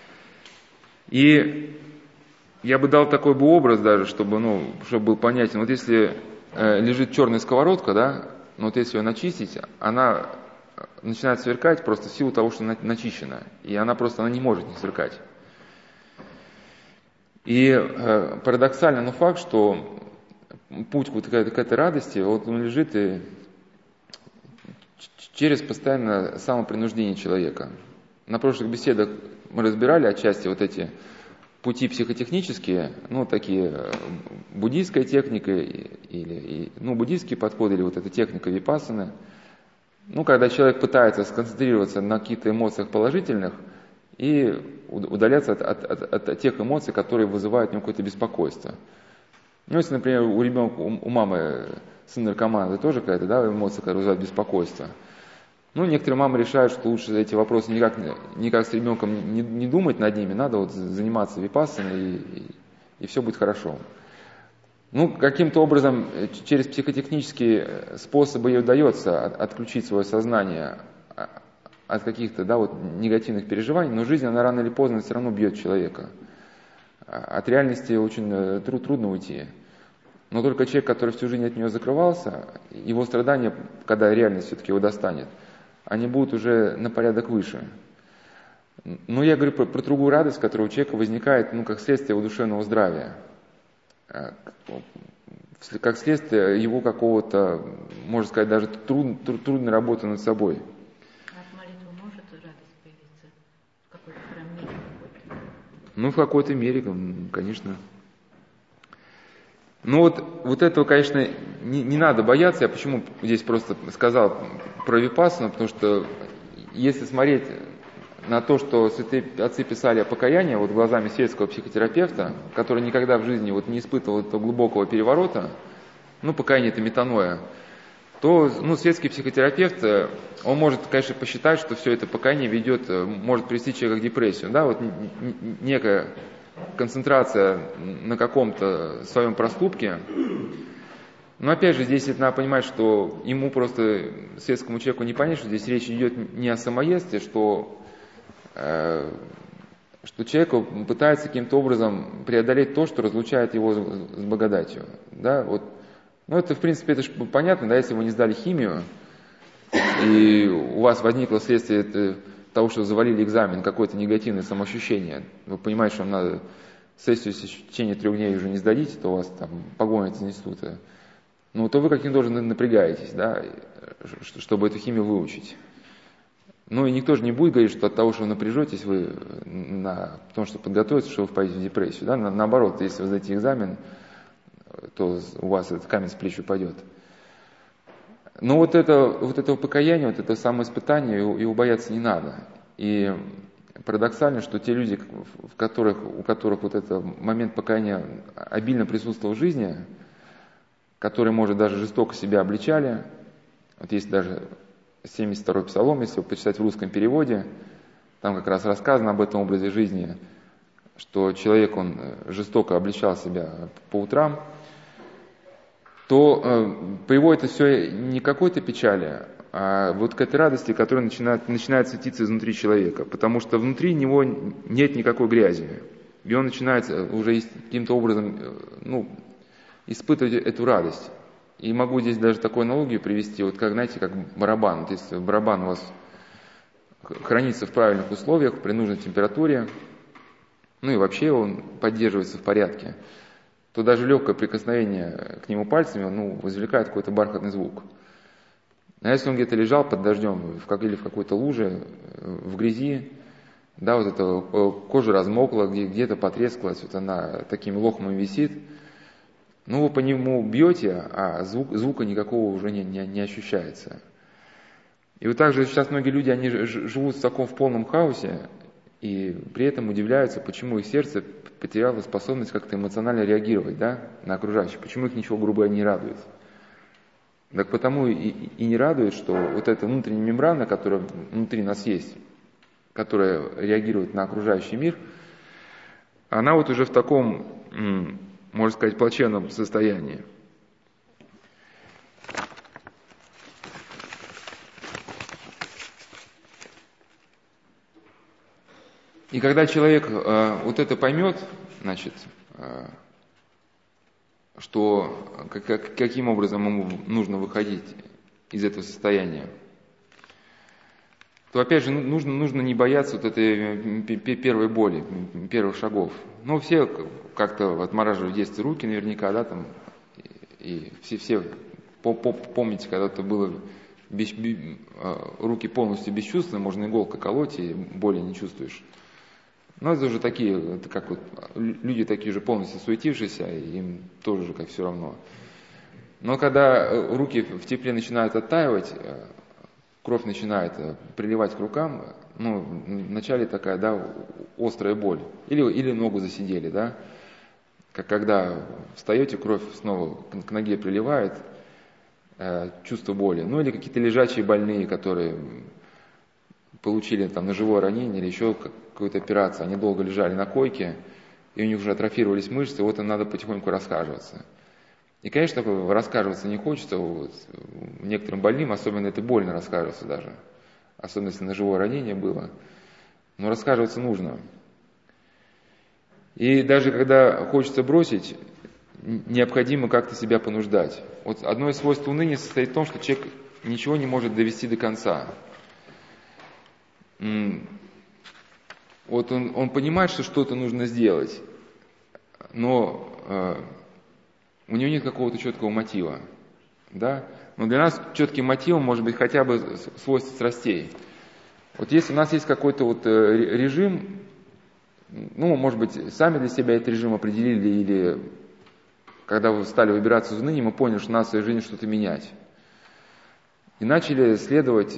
И я бы дал такой образ даже, чтобы был понятен. Вот если лежит черная сковородка, если ее начистить, она начинает сверкать просто в силу того, что она начищена. И она не может не сверкать. И парадоксально, но факт, что путь к этой радости, он лежит и через постоянное самопринуждение человека. На прошлых беседах мы разбирали отчасти вот эти пути психотехнические, такие буддийская техника, или буддийские подходы, или вот эта техника випассаны. Когда человек пытается сконцентрироваться на каких-то эмоциях положительных и удаляться от тех эмоций, которые вызывают у него какое-то беспокойство. Если, например, у ребенка, у мамы сын наркоман, это тоже какая-то эмоция, которая вызывает беспокойство. Некоторые мамы решают, что лучше эти вопросы никак с ребенком не думать над ними, надо заниматься випассаной, и все будет хорошо. Каким-то образом через психотехнические способы ей удается отключить свое сознание от каких-то негативных переживаний, но жизнь, она рано или поздно все равно бьет человека. От реальности очень трудно уйти. Но только человек, который всю жизнь от нее закрывался, его страдания, когда реальность все-таки его достанет, они будут уже на порядок выше. Но я говорю про другую радость, которая у человека возникает, как следствие его душевного здравия. Как следствие его какого-то, можно сказать, даже трудной работы над собой. От молитвы может радость появиться в какой-то мере? В какой-то мере, конечно. Вот этого, конечно, не надо бояться. Я почему здесь просто сказал про випассану, потому что если смотреть на то, что святые отцы писали о покаянии глазами светского психотерапевта, который никогда в жизни не испытывал этого глубокого переворота, покаяние это метаноя, то светский психотерапевт, он может, конечно, посчитать, что все это покаяние может привести человека к депрессию. Некая концентрация на каком-то своем проступке, Но опять же, здесь это надо понимать, что ему просто, светскому человеку, не понять, что здесь речь идет не о самоедстве, что человек пытается каким-то образом преодолеть то, что разлучает его с благодатью. Да? Вот. Ну, это, в принципе, это же понятно, да, если вы не сдали химию, и у вас возникло вследствие того, что завалили экзамен, какое-то негативное самоощущение, вы понимаете, что вам надо сессию в течение 3 дней уже не сдадите, то у вас там погонят из института, ну, то вы каким-то образом напрягаетесь, да, чтобы эту химию выучить. Ну, и никто же не будет говорить, что от того, что вы напряжетесь, вы на том, что подготовиться, что вы впадете в депрессию. Да? Наоборот, если вы сдадите экзамен, то у вас этот камень с плеч упадет. Но вот этого покаяния, вот это самоиспытание, его бояться не надо. И парадоксально, что те люди, у которых вот этот момент покаяния обильно присутствовал в жизни, которые, может, даже жестоко себя обличали, вот есть даже 72-й Псалом, если его почитать в русском переводе, там как раз рассказано об этом образе жизни, что человек, он жестоко обличал себя по утрам, то приводит это все не к какой-то печали, а вот к этой радости, которая начинает светиться изнутри человека, потому что внутри него нет никакой грязи, и он начинает уже каким-то образом испытывать эту радость. И могу здесь даже такую аналогию привести, вот как, знаете, как барабан. Вот если барабан у вас хранится в правильных условиях, при нужной температуре, ну и вообще он поддерживается в порядке, то даже легкое прикосновение к нему пальцами, извлекает какой-то бархатный звук. А если он где-то лежал под дождем или в какой-то луже, в грязи, да, вот эта кожа размокла, где-то потрескалась, вот она такими лохмами висит, вы по нему бьете, а звука никакого уже не ощущается. И вот так же сейчас многие люди, они живут в полном хаосе, и при этом удивляются, почему их сердце потеряло способность как-то эмоционально реагировать, да, на окружающих, почему их ничего грубое не радует. Так потому и не радует, что вот эта внутренняя мембрана, которая внутри нас есть, которая реагирует на окружающий мир, она вот уже в таком, можно сказать, плачевном состоянии. И когда человек вот это поймет, значит, что каким образом ему нужно выходить из этого состояния, то опять же нужно не бояться вот этой первой боли, первых шагов. Все как-то отмораживали в детстве руки наверняка, да, там, и все помните, когда это было руки полностью бесчувственны, можно иголкой колоть, и боли не чувствуешь. Но это уже такие, это как вот люди такие же полностью суетившиеся, им тоже же как все равно. Но когда руки в тепле начинают оттаивать, кровь начинает приливать к рукам, вначале такая, да, острая боль. Или ногу засидели, да. Как когда встаете, кровь снова к ноге приливает, чувство боли. Или какие-то лежачие больные, которые получили там ножевое ранение или еще какую-то операцию, они долго лежали на койке, и у них уже атрофировались мышцы, вот им надо потихоньку рассказываться. И, конечно, рассказываться не хочется, некоторым больным, особенно это больно рассказываться даже, особенно если ножевое ранение было, но рассказываться нужно. И даже когда хочется бросить, необходимо как-то себя понуждать. Вот одно из свойств уныния состоит в том, что человек ничего не может довести до конца. Вот он понимает, что что-то нужно сделать, но у него нет какого-то четкого мотива. Да? Но для нас четким мотивом может быть хотя бы свойство страстей. Вот если у нас есть какой-то вот режим, может быть, сами для себя этот режим определили, или когда вы стали выбираться из уныния, мы поняли, что надо в своей жизни что-то менять. И начали следовать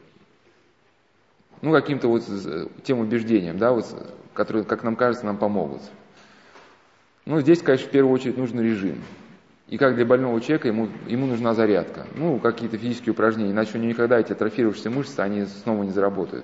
каким-то вот тем убеждениям, да, которые, как нам кажется, нам помогут. Здесь, конечно, в первую очередь нужен режим. И как для больного человека ему нужна зарядка. Какие-то физические упражнения, иначе у него никогда эти атрофировавшиеся мышцы, они снова не заработают.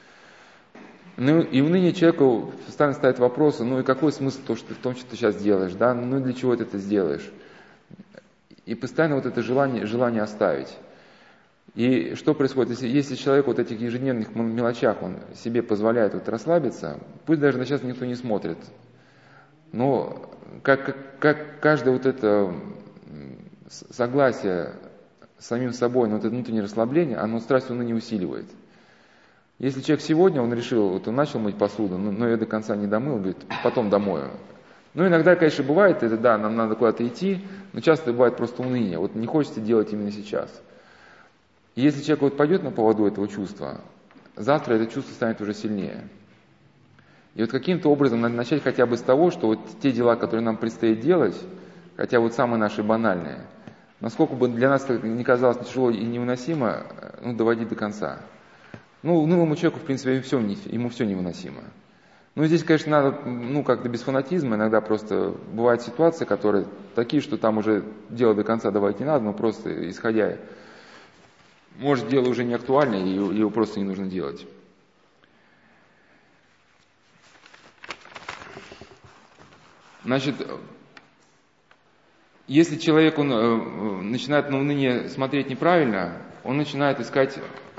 И уныние человеку постоянно ставит вопросы, и какой смысл в том, что ты сейчас делаешь, да, для чего ты это сделаешь? И и постоянно вот это желание оставить. И что происходит, если человек вот в этих ежедневных мелочах, он себе позволяет вот расслабиться, пусть даже на сейчас никто не смотрит, но как каждое вот это согласие с самим собой, но вот это внутреннее расслабление, оно страсть не усиливает. Если человек сегодня, он решил, вот он начал мыть посуду, но ее до конца не домыл, говорит, потом домою. Ну, иногда, конечно, бывает, это да, нам надо куда-то идти, но часто бывает просто уныние, вот не хочется делать именно сейчас. И если человек вот пойдет на поводу этого чувства, завтра это чувство станет уже сильнее. И вот каким-то образом надо начать хотя бы с того, что вот те дела, которые нам предстоит делать, хотя вот самые наши банальные, насколько бы для нас это не казалось тяжело и невыносимо, доводить до конца. Унылому человеку, в принципе, ему все невыносимо. Здесь, конечно, надо, как-то без фанатизма, иногда просто бывают ситуации, которые такие, что там уже дело до конца давать не надо, но просто исходя, может, дело уже не актуально, и его просто не нужно делать. Значит, если человек, он начинает на уныние смотреть неправильно, он начинает искать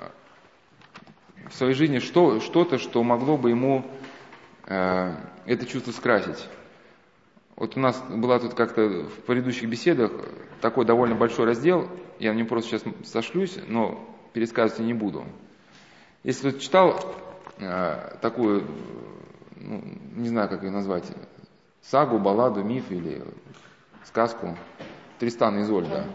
в своей жизни что-то, что могло бы ему это чувство скрасить. Вот у нас была тут как-то в предыдущих беседах такой довольно большой раздел, я на нем просто сейчас сошлюсь, но пересказывать не буду. Если кто-то читал такую, не знаю, как ее назвать, сагу, балладу, миф или сказку Тристана и Изольда.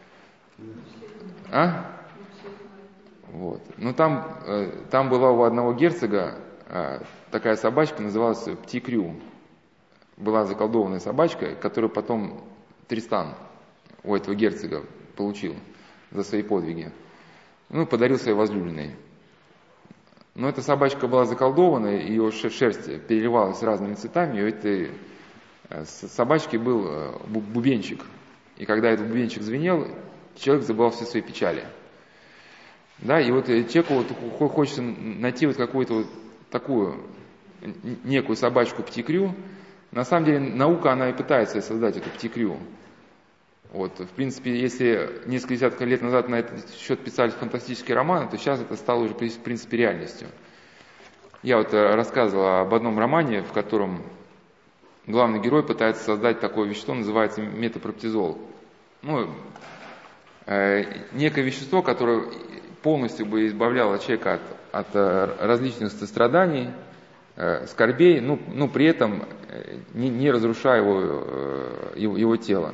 Вот. Там была у одного герцога такая собачка, называлась Птикрю. Была заколдованная собачка, которую потом Тристан у этого герцога получил за свои подвиги. Подарил своей возлюбленной. Но эта собачка была заколдованная, ее шерсть переливалась разными цветами, и у этой собачки был бубенчик. И когда этот бубенчик звенел, человек забывал все свои печали. Да, и вот человеку хочется найти вот какую-то вот такую некую собачку Птикрю. На самом деле наука, она и пытается создать эту Птикрю. Вот, в принципе, если несколько десятков лет назад на этот счет писались фантастические романы, то сейчас это стало уже, в принципе, реальностью. Я вот рассказывал об одном романе, в котором главный герой пытается создать такое вещество, называется метапроптизол. Некое вещество, которое полностью бы избавляло человека от различных страданий, скорбей, при этом не разрушая его тело.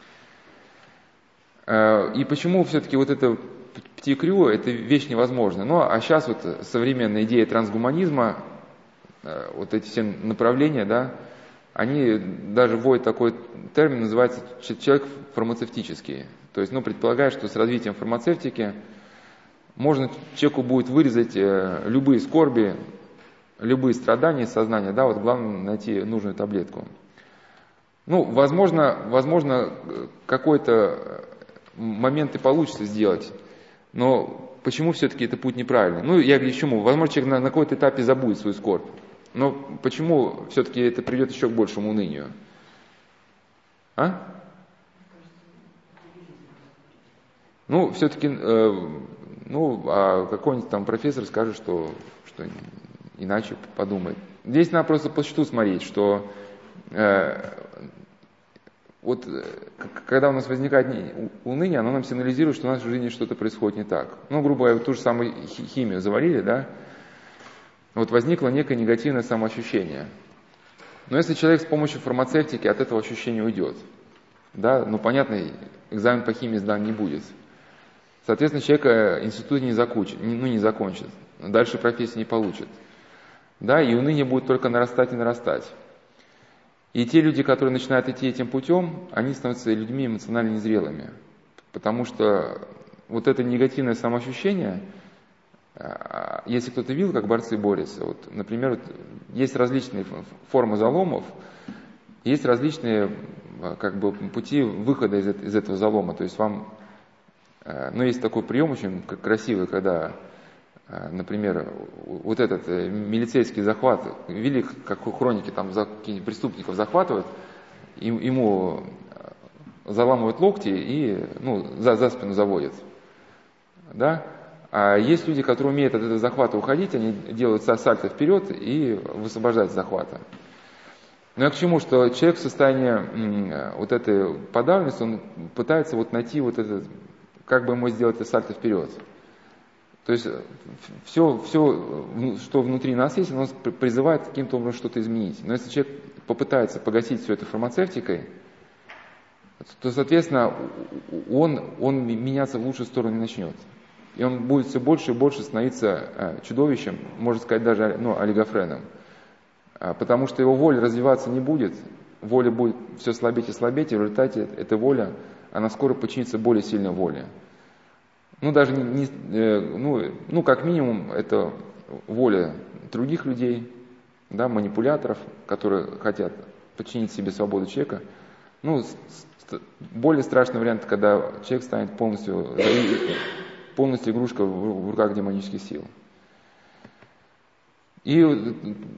И почему все-таки вот это Птикрю, это вещь невозможная. А сейчас вот современная идея трансгуманизма, вот эти все направления, да, они даже вводят такой термин, называется человек фармацевтический. То есть, предполагает, что с развитием фармацевтики можно человеку будет вырезать любые скорби, любые страдания из сознания, да, вот главное найти нужную таблетку. Возможно, какой-то момент и получится сделать, но почему все-таки это путь неправильный? Я говорю, почему? Возможно, человек на какой-то этапе забудет свою скорбь, но почему все-таки это приведет еще к большему унынию? Все-таки, какой-нибудь там профессор скажет, что иначе подумает. Здесь надо просто по счету смотреть, что вот когда у нас возникает уныние, оно нам сигнализирует, что у нас в жизни что-то происходит не так. Грубо говоря, ту же самую химию заварили, да? Вот возникло некое негативное самоощущение. Но если человек с помощью фармацевтики от этого ощущения уйдет, да, понятно, экзамен по химии сдан не будет. Соответственно, человек институт не закончит, дальше профессию не получит. Да, и уныние будет только нарастать и нарастать. И те люди, которые начинают идти этим путем, они становятся людьми эмоционально незрелыми. Потому что вот это негативное самоощущение, если кто-то видел, как борцы борются, вот, например, есть различные формы заломов, есть различные пути выхода из этого залома. То есть есть такой прием очень красивый, когда, например, вот этот милицейский захват, видели, как хроники там каких-нибудь преступников захватывают, ему заламывают локти и за спину заводят. Да? А есть люди, которые умеют от этого захвата уходить, они делают сальто вперед и высвобождают захвата. Но я к чему, что человек в состоянии вот этой подавленности, он пытается найти как бы ему сделать это сальто вперед. То есть все, что внутри нас есть, оно призывает каким-то образом что-то изменить. Но если человек попытается погасить все это фармацевтикой, то, соответственно, он меняться в лучшую сторону не начнет. И он будет все больше и больше становиться чудовищем, можно сказать, даже олигофреном. Потому что его воля развиваться не будет, воля будет все слабеть и слабеть, и в результате эта воля, она скоро подчинится более сильной воле. Даже как минимум, это воля других людей, да, манипуляторов, которые хотят подчинить себе свободу человека. Более страшный вариант, когда человек станет полностью игрушка в руках демонических сил. И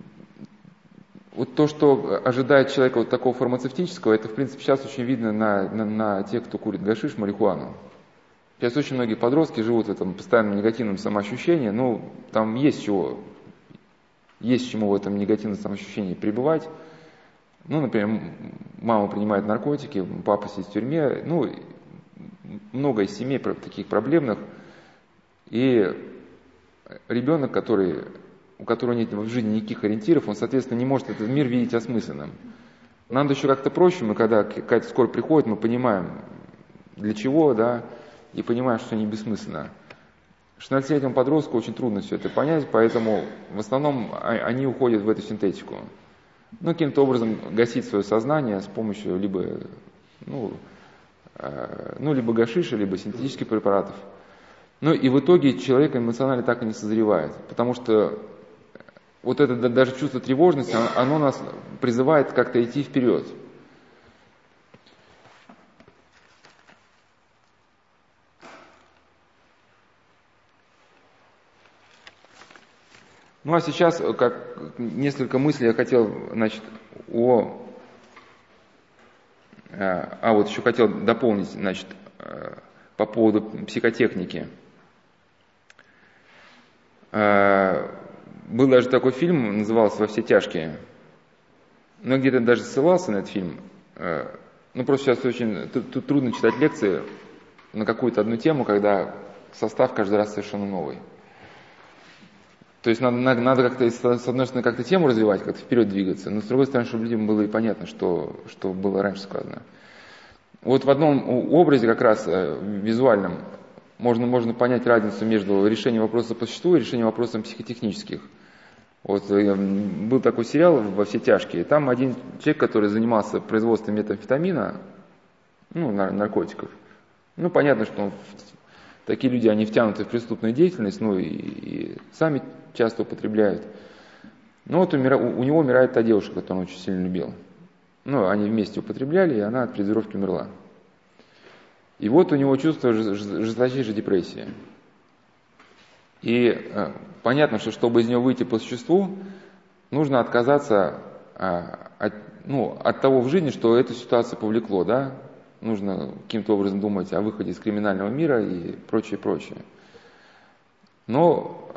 то, что ожидает человека такого фармацевтического, это, в принципе, сейчас очень видно на тех, кто курит гашиш, марихуану. Сейчас очень многие подростки живут в этом постоянном негативном самоощущении, там есть чему в этом негативном самоощущении пребывать. Например, мама принимает наркотики, папа сидит в тюрьме, много из семей таких проблемных. И ребенок, у которого нет в жизни никаких ориентиров, он, соответственно, не может этот мир видеть осмысленным. Нам еще как-то проще, когда какая-то скорбь приходит, мы понимаем, для чего, да, и понимаем, что они бессмысленно. 16-летнему подростку очень трудно все это понять, поэтому в основном они уходят в эту синтетику. Каким-то образом гасить свое сознание с помощью либо гашиша, либо синтетических препаратов. И в итоге человек эмоционально так и не созревает, потому что это даже чувство тревожности, оно нас призывает как-то идти вперед. А сейчас, как несколько мыслей я хотел, еще хотел дополнить, по поводу психотехники. Был даже такой фильм, назывался «Во все тяжкие». Где-то даже ссылался на этот фильм. Просто сейчас очень трудно читать лекции на какую-то одну тему, когда состав каждый раз совершенно новый. То есть надо как-то, с одной стороны, как-то тему развивать, как-то вперед двигаться, но с другой стороны, чтобы людям было и понятно, что было раньше сказано. В одном образе, как раз визуальном, можно понять разницу между решением вопроса по существу и решением вопросов психотехнических. Был такой сериал «Во все тяжкие». Там один человек, который занимался производством метамфетамина, наркотиков. Понятно, что такие люди, они втянуты в преступную деятельность, и сами часто употребляют. У него умирает та девушка, которую он очень сильно любил. Они вместе употребляли, и она от передозировки умерла. И у него чувство жесточайшей депрессии. И понятно, что чтобы из него выйти по существу, нужно отказаться от того в жизни, что эту ситуацию повлекло, да? Нужно каким-то образом думать о выходе из криминального мира и прочее, прочее. Но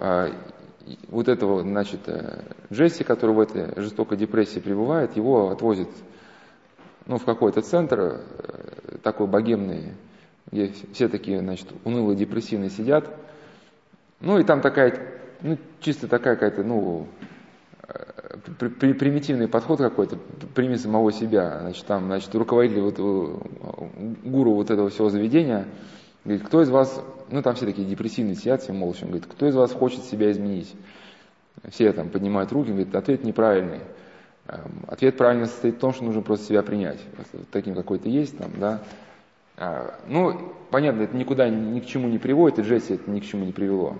Джесси, который в этой жестокой депрессии пребывает, его отвозят в какой-то центр такой богемный, где все такие, унылые, депрессивные сидят. И там чисто такая какая-то, примитивный подход какой-то, прими самого себя. Там, руководитель, гуру этого всего заведения, говорит, кто из вас, там все такие депрессивные сидят, все молча, он говорит, кто из вас хочет себя изменить? Все там поднимают руки, говорит, ответ неправильный. Ответ правильный состоит в том, что нужно просто себя принять. Таким какой ты есть, да. Понятно, это никуда, ни к чему не приводит, и Джесси это ни к чему не привело.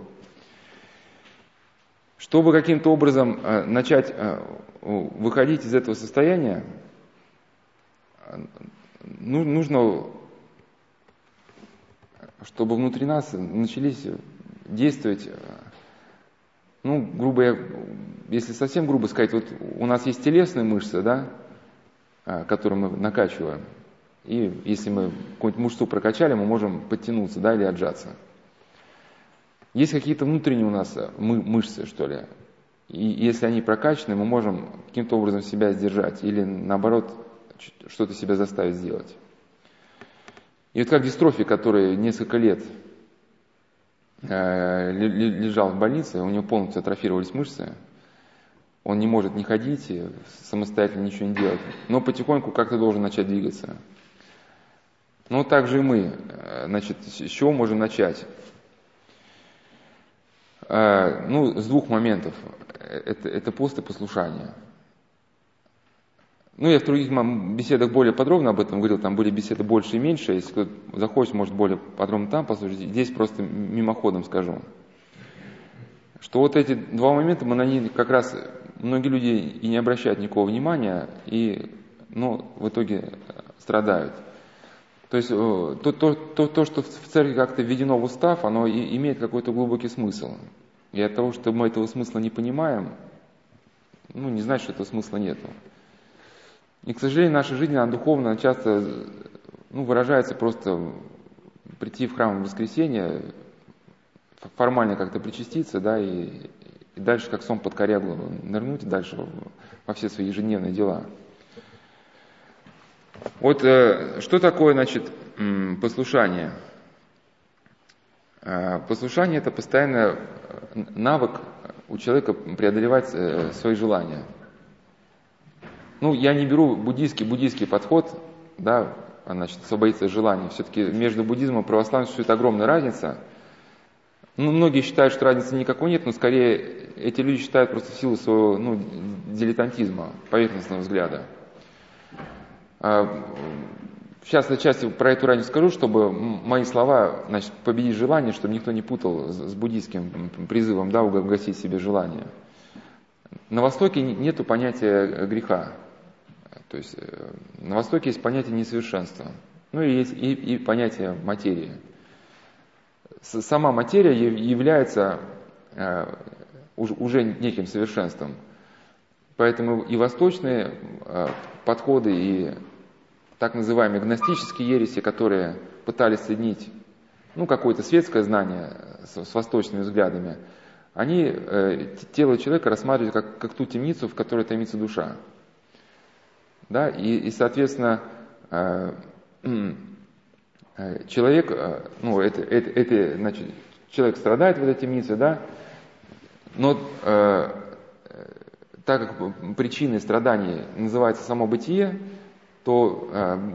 Чтобы каким-то образом начать выходить из этого состояния, нужно, чтобы внутри нас начались действовать, если совсем грубо сказать, у нас есть телесные мышцы, да, которые мы накачиваем, И если мы какую-нибудь мышцу прокачали, мы можем подтянуться, да, или отжаться. Есть какие-то внутренние у нас мышцы, что ли. И если они прокачаны, мы можем каким-то образом себя сдержать или, наоборот, что-то себя заставить сделать. И вот как дистрофик, который несколько лет лежал в больнице, у него полностью атрофировались мышцы, он не может не ходить, самостоятельно ничего не делать, но потихоньку как-то должен начать двигаться. Но так же и мы. Значит, с чего можем начать? С двух моментов. Это пост и послушание. Я в других беседах более подробно об этом говорил, там были беседы больше и меньше. Если кто захочет, может более подробно там послушать. Здесь просто мимоходом скажу. Что вот эти два момента, на них как раз многие люди и не обращают никакого внимания, и в итоге страдают. То есть то, что в церкви как-то введено в устав, оно имеет какой-то глубокий смысл. И от того, что мы этого смысла не понимаем, не значит, что этого смысла нету. И, к сожалению, наша жизнь, она духовно часто выражается просто прийти в храм в воскресенье, формально как-то причаститься, да, и дальше как сом под корягу нырнуть дальше во все свои ежедневные дела. Вот что такое, значит, послушание? Послушание – это постоянный навык у человека преодолевать свои желания. Я не беру буддийский подход, да, значит, освободиться от желаний. Все-таки между буддизмом и православием существует огромная разница. Многие считают, что разницы никакой нет, но скорее эти люди считают просто в силу своего дилетантизма, поверхностного взгляда. Сейчас отчасти про эту разницу скажу, чтобы мои слова, значит, победить желание, чтобы никто не путал с буддийским призывом, да, угасить себе желание. На Востоке нету понятия греха. То есть на Востоке есть понятие несовершенства. И есть и понятие материи. Сама материя является уже неким совершенством. Поэтому и восточные подходы, и так называемые гностические ереси, которые пытались соединить какое-то светское знание с восточными взглядами, они тело человека рассматривают как ту темницу, в которой томится душа. Да? И соответственно, человек, значит, человек страдает в этой темнице, да? Но так как причиной страданий называется само бытие, то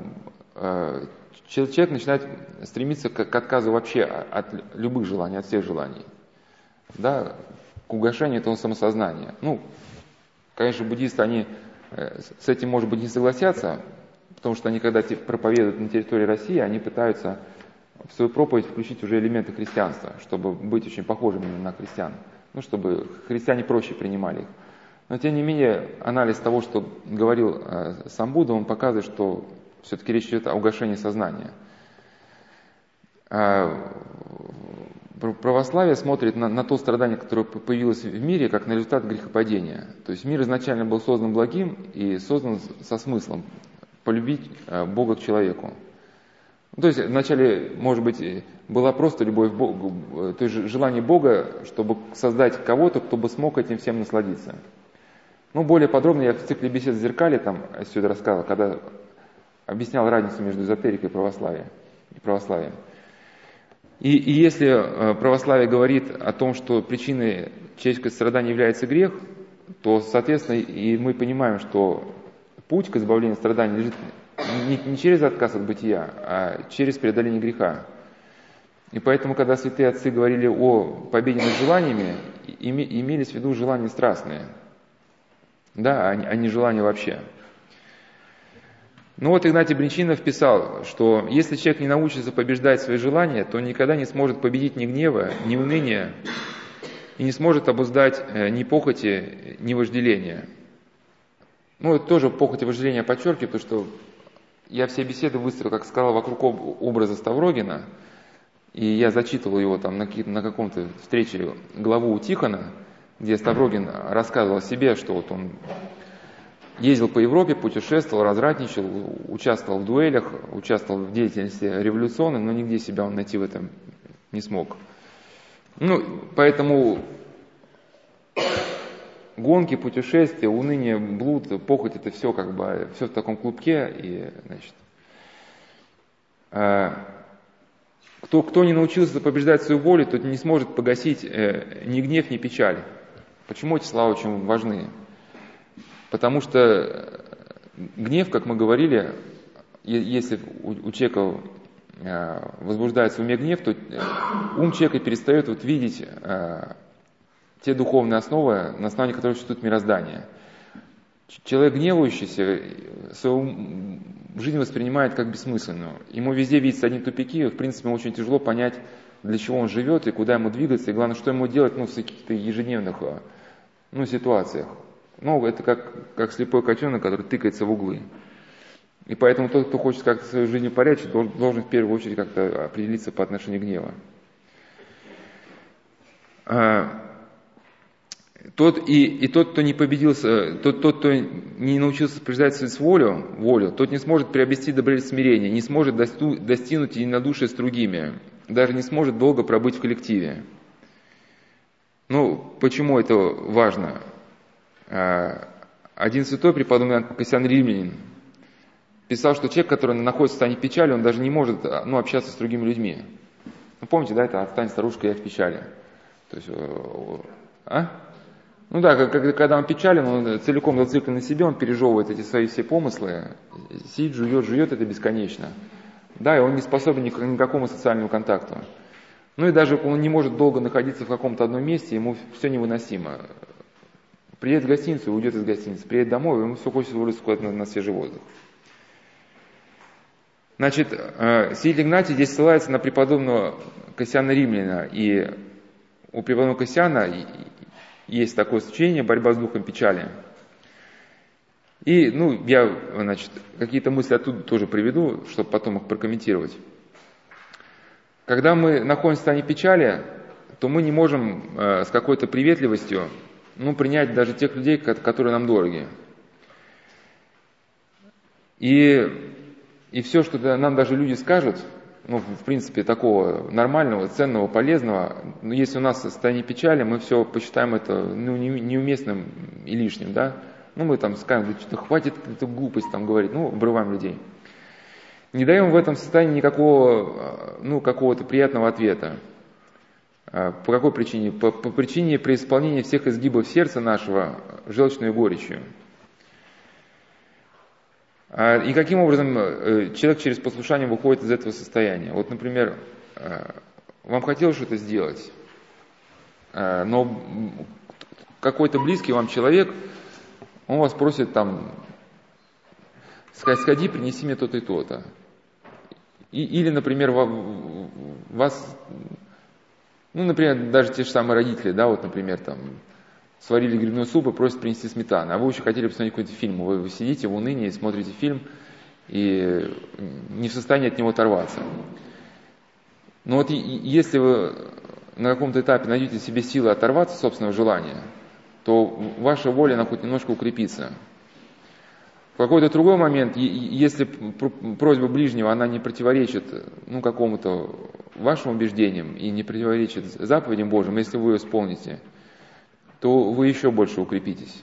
человек начинает стремиться к отказу вообще от любых желаний, от всех желаний, да, к угошению этого самосознания. Конечно, буддисты, они с этим, может быть, не согласятся, потому что они, когда проповедуют на территории России, они пытаются в свою проповедь включить уже элементы христианства, чтобы быть очень похожими на христиан, чтобы христиане проще принимали их. Но, тем не менее, анализ того, что говорил сам Будда, он показывает, что все-таки речь идет о угошении сознания. Православие смотрит на то страдание, которое появилось в мире, как на результат грехопадения. То есть мир изначально был создан благим и создан со смыслом полюбить Бога к человеку. То есть вначале, может быть, была просто любовь к Богу, то есть желание Бога, чтобы создать кого-то, кто бы смог этим всем насладиться. Более подробно я в цикле бесед в зеркале там все это рассказывал, когда объяснял разницу между эзотерикой и православием. И если православие говорит о том, что причиной человеческого страдания является грех, то, соответственно, и мы понимаем, что путь к избавлению от страданий лежит не через отказ от бытия, а через преодоление греха. И поэтому, когда святые отцы говорили о победе над желаниями, имелись в виду желания страстные, да, а не желания вообще. Игнатий Бринчинов писал, что если человек не научится побеждать свои желания, то никогда не сможет победить ни гнева, ни уныния, и не сможет обуздать ни похоти, ни вожделения. Это тоже похоть и вожделение подчеркиваю, потому что я все беседы выстроил, как сказал, вокруг образа Ставрогина, и я зачитывал его там на каком-то встрече главу у Тихона, где Ставрогин рассказывал о себе, что вот он ездил по Европе, путешествовал, развратничал, участвовал в дуэлях, участвовал в деятельности революционной, но нигде себя он найти в этом не смог. Поэтому гонки, путешествия, уныние, блуд, похоть — это все все в таком клубке. И, кто не научился побеждать свою волю, тот не сможет погасить ни гнев, ни печаль. Почему эти слова очень важны? Потому что гнев, как мы говорили, если у человека возбуждается в уме гнев, то ум человека перестает видеть те духовные основы, на основании которых существует мироздание. Человек, гневающийся, свою жизнь воспринимает как бессмысленную. Ему везде видятся одни тупики, в принципе, ему очень тяжело понять, для чего он живет и куда ему двигаться, и главное, что ему делать в каких-то ежедневных ситуациях. Это как слепой котенок, который тыкается в углы. И поэтому тот, кто хочет как-то свою жизнь упорядочить, должен в первую очередь как-то определиться по отношению к гневу. Тот, кто не победился, тот, кто не научился побеждать свою волю, тот не сможет приобрести добродетель смирения, не сможет достигнуть единодушия с другими, даже не сможет долго пробыть в коллективе. Почему это важно? Один святой, преподобный Кассиан Римлянин, писал, что человек, который находится в состоянии печали, он даже не может общаться с другими людьми. Помните, да, это «Отстань, старушка, я в печали». То есть, когда он печален, он целиком зациклен на себе, он пережевывает эти свои все помыслы, сидит, жует это бесконечно. Да, и он не способен ни к какому социальному контакту. И даже он не может долго находиться в каком-то одном месте, ему все невыносимо. Приедет в гостиницу, уйдет из гостиницы, приедет домой, ему все хочется вылезть куда-то на свежий воздух. Святитель Игнатий здесь ссылается на преподобного Кассиана Римлянина, и у преподобного Кассиана есть такое сочинение «Борьба с духом печали». И, я, какие-то мысли оттуда тоже приведу, чтобы потом их прокомментировать. Когда мы находимся в состоянии печали, то мы не можем с какой-то приветливостью принять даже тех людей, которые нам дороги. И все, что нам даже люди скажут, в принципе, такого нормального, ценного, полезного, но если у нас состояние печали, мы все посчитаем это неуместным и лишним, да? Мы скажем, да что-то хватит эту глупость говорить, обрываем людей. Не даем в этом состоянии никакого, какого-то приятного ответа. По какой причине? По причине преисполнения всех изгибов сердца нашего желчной горечью. И каким образом человек через послушание выходит из этого состояния? Например, вам хотелось что-то сделать, но какой-то близкий вам человек, он вас просит сходи, принеси мне то-то и то-то. Или, например, вас, например, даже те же самые родители, да, например, сварили грибной суп и просят принести сметану, а вы еще хотели посмотреть какой-то фильм, вы сидите в унынии, смотрите фильм и не в состоянии от него оторваться. Но если вы на каком-то этапе найдете в себе силы оторваться от собственного желания, то ваша воля, она хоть немножко укрепится. В какой-то другой момент, если просьба ближнего, она не противоречит какому-то вашим убеждениям и не противоречит заповедям Божьим, если вы ее исполните, то вы еще больше укрепитесь.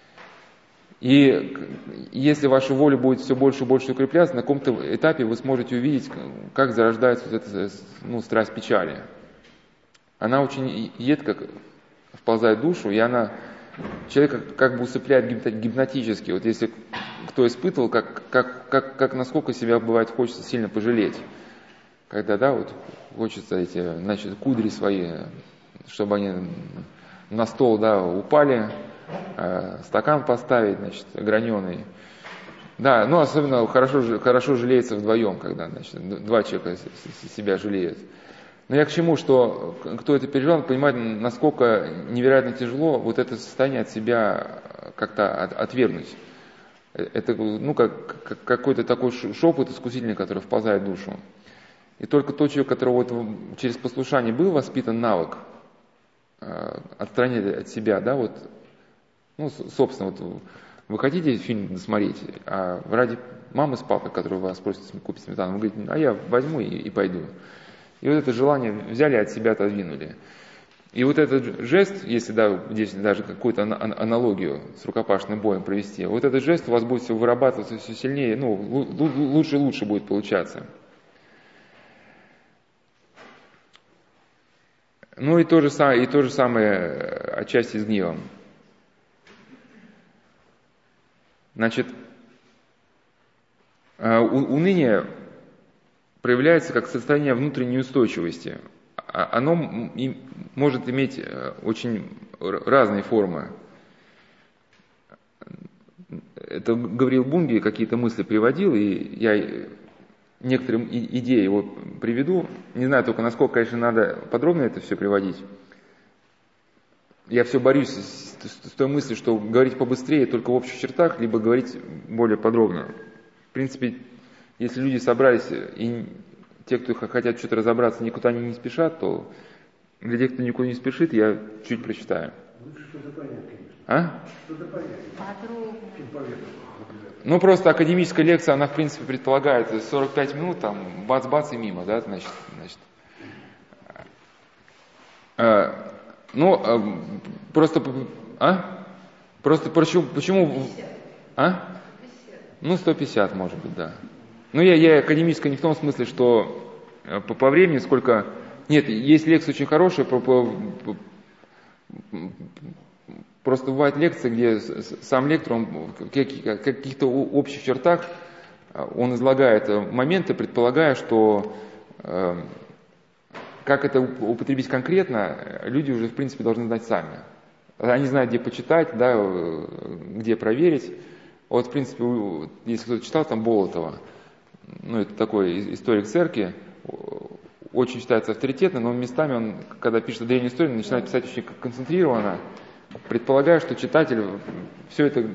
И если ваша воля будет все больше и больше укрепляться, на каком-то этапе вы сможете увидеть, как зарождается эта страсть печали. Она очень едко вползает в душу, и она человека как бы усыпляет гипнотически. Если кто испытывал, насколько себя бывает хочется сильно пожалеть. Когда, хочется эти, кудри свои, чтобы они на стол, упали, стакан поставить, граненый. Да, особенно хорошо жалеется вдвоем, когда, два человека себя жалеют. Но я к чему, что кто это пережил, он понимает, насколько невероятно тяжело это состояние от себя как-то отвергнуть. Это, как какой-то такой шепот искусительный, который вползает в душу. И только тот человек, у которого через послушание был воспитан навык отстранить от себя, собственно, Вы хотите фильм досмотреть, а ради мамы с папой, которые вас просят купить сметану, вы говорите, а я возьму и пойду. И вот это желание взяли, от себя отодвинули. И вот этот жест, если здесь даже какую-то аналогию с рукопашным боем провести, вот этот жест у вас будет все вырабатываться все сильнее, лучше и лучше будет получаться. И то же самое отчасти с гневом. Значит, уныние проявляется как состояние внутренней устойчивости. Оно может иметь очень разные формы. Это Гавриил Бунги какие-то мысли приводил, и я некоторые идеи его приведу. Не знаю только, насколько, конечно, надо подробно это все приводить. Я все борюсь с той мыслью, что говорить побыстрее только в общих чертах, либо говорить более подробно. В принципе, если люди собрались, и те, кто хотят что-то разобраться, никуда не спешат, то для тех, кто никуда не спешит, я чуть прочитаю. Лучше что-то понять, конечно. Что-то понять. Просто академическая лекция, она, в принципе, предполагает 45 минут, там, бац-бац и мимо, да, значит. Просто почему... 150, может быть, да. Я академическая не в том смысле, что по времени сколько... Нет, есть лекции очень хорошие, просто бывают лекции, где сам лектор, он в каких-то общих чертах, он излагает моменты, предполагая, что как это употребить конкретно, люди уже, в принципе, должны знать сами. Они знают, где почитать, да, где проверить. Вот, в принципе, если кто-то читал там Болотова, это такой историк церкви, очень считается авторитетным, но местами он, когда пишет древнюю историю, начинает писать очень концентрированно, предполагая, что читатель все это...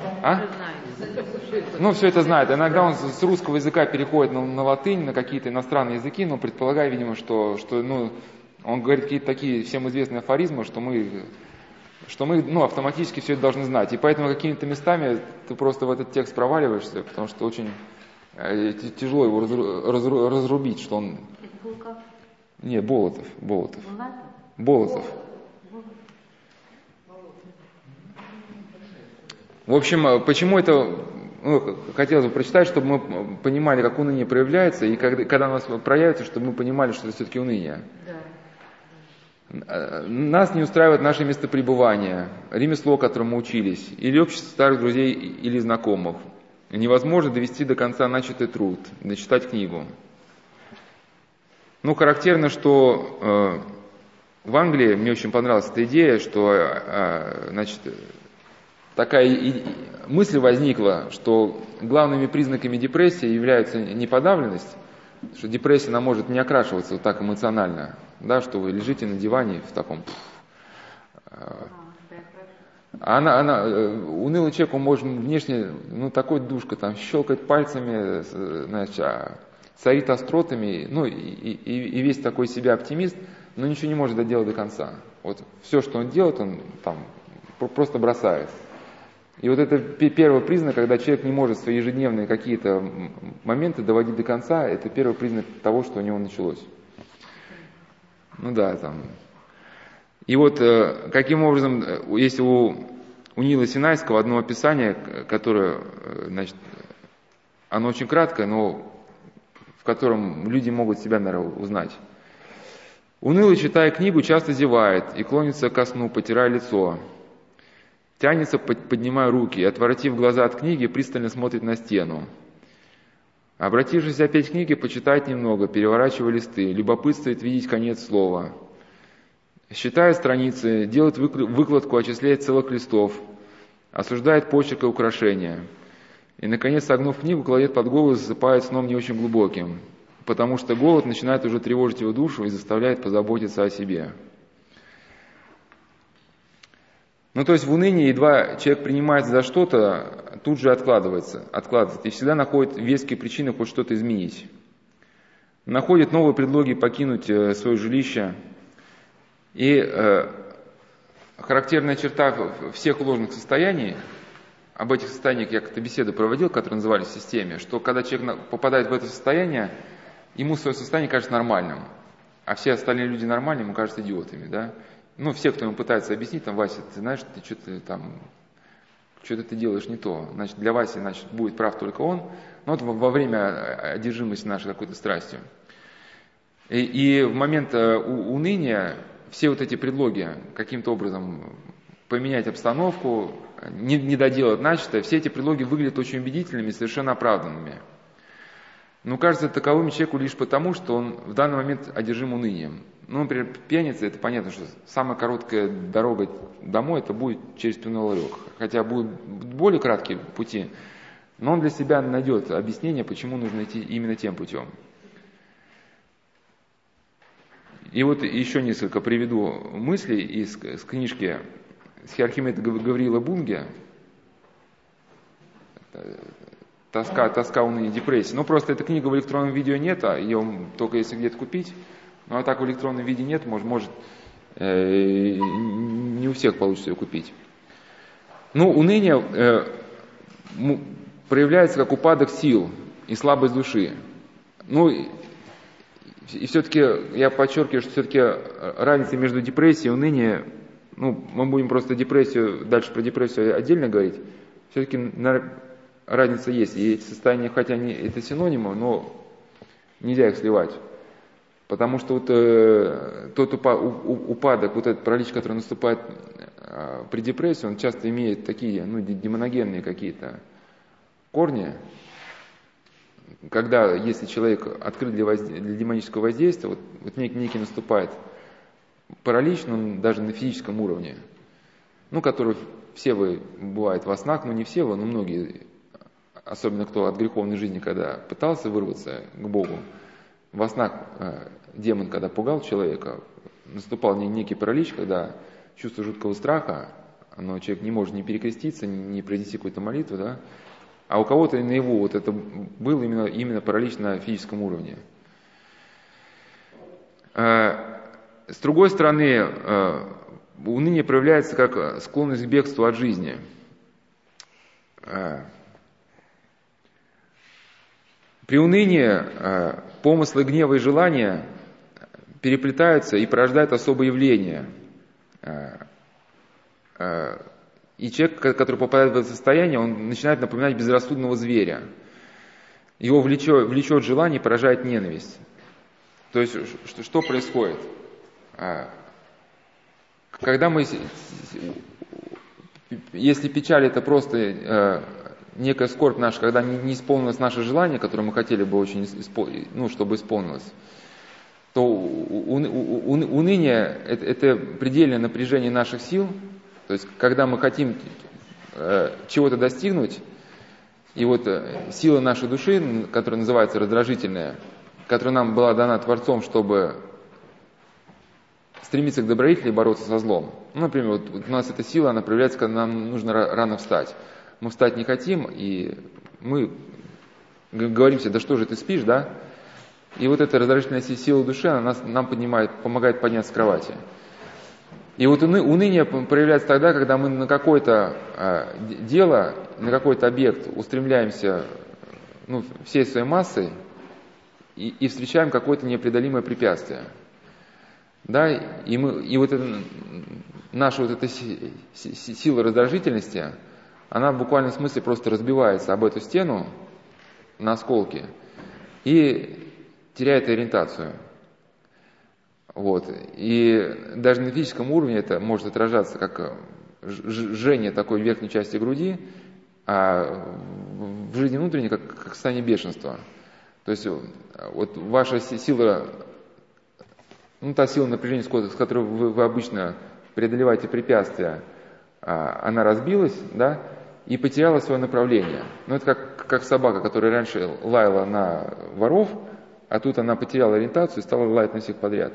все это знает. Иногда он с русского языка переходит на латынь, на какие-то иностранные языки, но предполагая, видимо, что он говорит какие-то такие всем известные афоризмы, что мы автоматически все это должны знать. И поэтому какими-то местами ты просто в этот текст проваливаешься, потому что очень тяжело его разрубить, что он... Не, Болотов. Болотов. В общем, почему это хотелось бы прочитать, чтобы мы понимали, как уныние проявляется, и когда у нас проявится, чтобы мы понимали, что это все-таки уныние. Нас не устраивает наше местопребывание, ремесло, которому мы учились, или общество старых друзей или знакомых. Невозможно довести до конца начатый труд, дочитать книгу. Характерно, что в Англии, мне очень понравилась эта идея, что, такая мысль возникла, что главными признаками депрессии являются не подавленность, что депрессия, она может не окрашиваться вот так эмоционально, да, что вы лежите на диване в таком... Унылый человек, он может внешне, такой душка, там, щелкать пальцами, царит остротами, и весь такой себя оптимист, но ничего не может доделать до конца. Вот все, что он делает, он там просто бросает. И вот это первый признак, когда человек не может свои ежедневные какие-то моменты доводить до конца, это первый признак того, что у него началось. И вот каким образом, если у Нила Синайского одно описание, которое, оно очень краткое, но в котором люди могут себя, наверное, узнать. Унылый, читая книгу, часто зевает и клонится ко сну, потирая лицо. Тянется, поднимая руки, и, отворотив глаза от книги, пристально смотрит на стену. Обратившись опять к книге, почитает немного, переворачивая листы, любопытствует видеть конец слова. Считает страницы, делает выкладку, очисляет целых листов, осуждает почерк и украшения. И, наконец, согнув книгу, кладет под голову и засыпает сном не очень глубоким, потому что голод начинает уже тревожить его душу и заставляет позаботиться о себе. То есть в унынии едва человек принимается за что-то, тут же откладывает, и всегда находит веские причины хоть что-то изменить. Находит новые предлоги покинуть свое жилище. И характерная черта всех ложных состояний об этих состояниях я как-то беседу проводил, которые назывались в системе, что когда человек попадает в это состояние, ему свое состояние кажется нормальным, а все остальные люди нормальные, ему кажутся идиотами, да. Ну, все, кто ему пытается объяснить, там, Вася, ты знаешь, ты что-то там, что-то ты делаешь не то. Значит, для Васи, значит, будет прав только он. Ну, вот во время одержимости нашей какой-то страстью. И в момент уныния все вот эти предлоги каким-то образом поменять обстановку, не доделать начатое, все эти предлоги выглядят очень убедительными и совершенно оправданными. Но кажется таковым человеку лишь потому, что он в данный момент одержим унынием. Ну, например, пьяница, это понятно, что самая короткая дорога домой, это будет через пивной ларек. Хотя будут более краткие пути, но он для себя найдет объяснение, почему нужно идти именно тем путем. И вот еще несколько приведу мыслей из книжки Архимеда Гавриила Бунге «Тоска, уныние, депрессия». Ну, просто эта книга в электронном виде нет, а ее только если где-то купить. Ну, а так в электронном виде нет, может не у всех получится ее купить. Ну, уныние проявляется как упадок сил и слабость души. Ну, и все-таки я подчеркиваю, что все-таки разница между депрессией и унынием, ну, мы будем просто дальше про депрессию отдельно говорить, все-таки разница есть. И эти состояния, хотя они это синонимы, но нельзя их сливать. Потому что вот тот упадок, вот этот паралич, который наступает при депрессии, он часто имеет такие, ну, демоногенные какие-то корни. Когда, если человек открыт для демонического воздействия, вот некий наступает паралич, но даже на физическом уровне, ну, который все вы, бывает во снах, но не все вы, но многие, особенно кто от греховной жизни, когда пытался вырваться к Богу, во снах демон, когда пугал человека, наступал некий паралич, когда чувство жуткого страха, человек не может ни перекреститься, ни произнести какую-то молитву, да, а у кого-то наяву вот это был именно паралич на физическом уровне. С другой стороны, уныние проявляется как склонность к бегству от жизни. При унынии помыслы гнева и желания переплетаются и порождают особое явление. И человек, который попадает в это состояние, он начинает напоминать безрассудного зверя. Его влечет желание и поражает ненависть. То есть, что происходит? Когда если печаль это просто некая скорбь наша, когда не исполнилось наше желание, которое мы хотели бы очень, чтобы исполнилось, то уныние это предельное напряжение наших сил. То есть, когда мы хотим чего-то достигнуть, и вот сила нашей души, которая называется раздражительная, которая нам была дана Творцом, чтобы стремиться к добродетели и бороться со злом. Ну, например, вот у нас эта сила, она проявляется, когда нам нужно рано встать. Мы встать не хотим, и мы говорим себе, да что же ты спишь, да? И вот эта раздражительная сила души, она нам помогает подняться с кровати. И вот уныние проявляется тогда, когда мы на какое-то дело, на какой-то объект устремляемся всей своей массой и встречаем какое-то непреодолимое препятствие. Да? И вот наша вот эта сила раздражительности, она в буквальном смысле просто разбивается об эту стену на осколки и теряет ориентацию. Вот. И даже на физическом уровне это может отражаться как жжение такой верхней части груди, а в жизни внутренней как состояние бешенства. То есть вот ваша сила, та сила напряжения, с которой вы обычно преодолеваете препятствия, она разбилась, да, и потеряла свое направление. Это как собака, которая раньше лаяла на воров, а тут она потеряла ориентацию и стала лаять на всех подряд.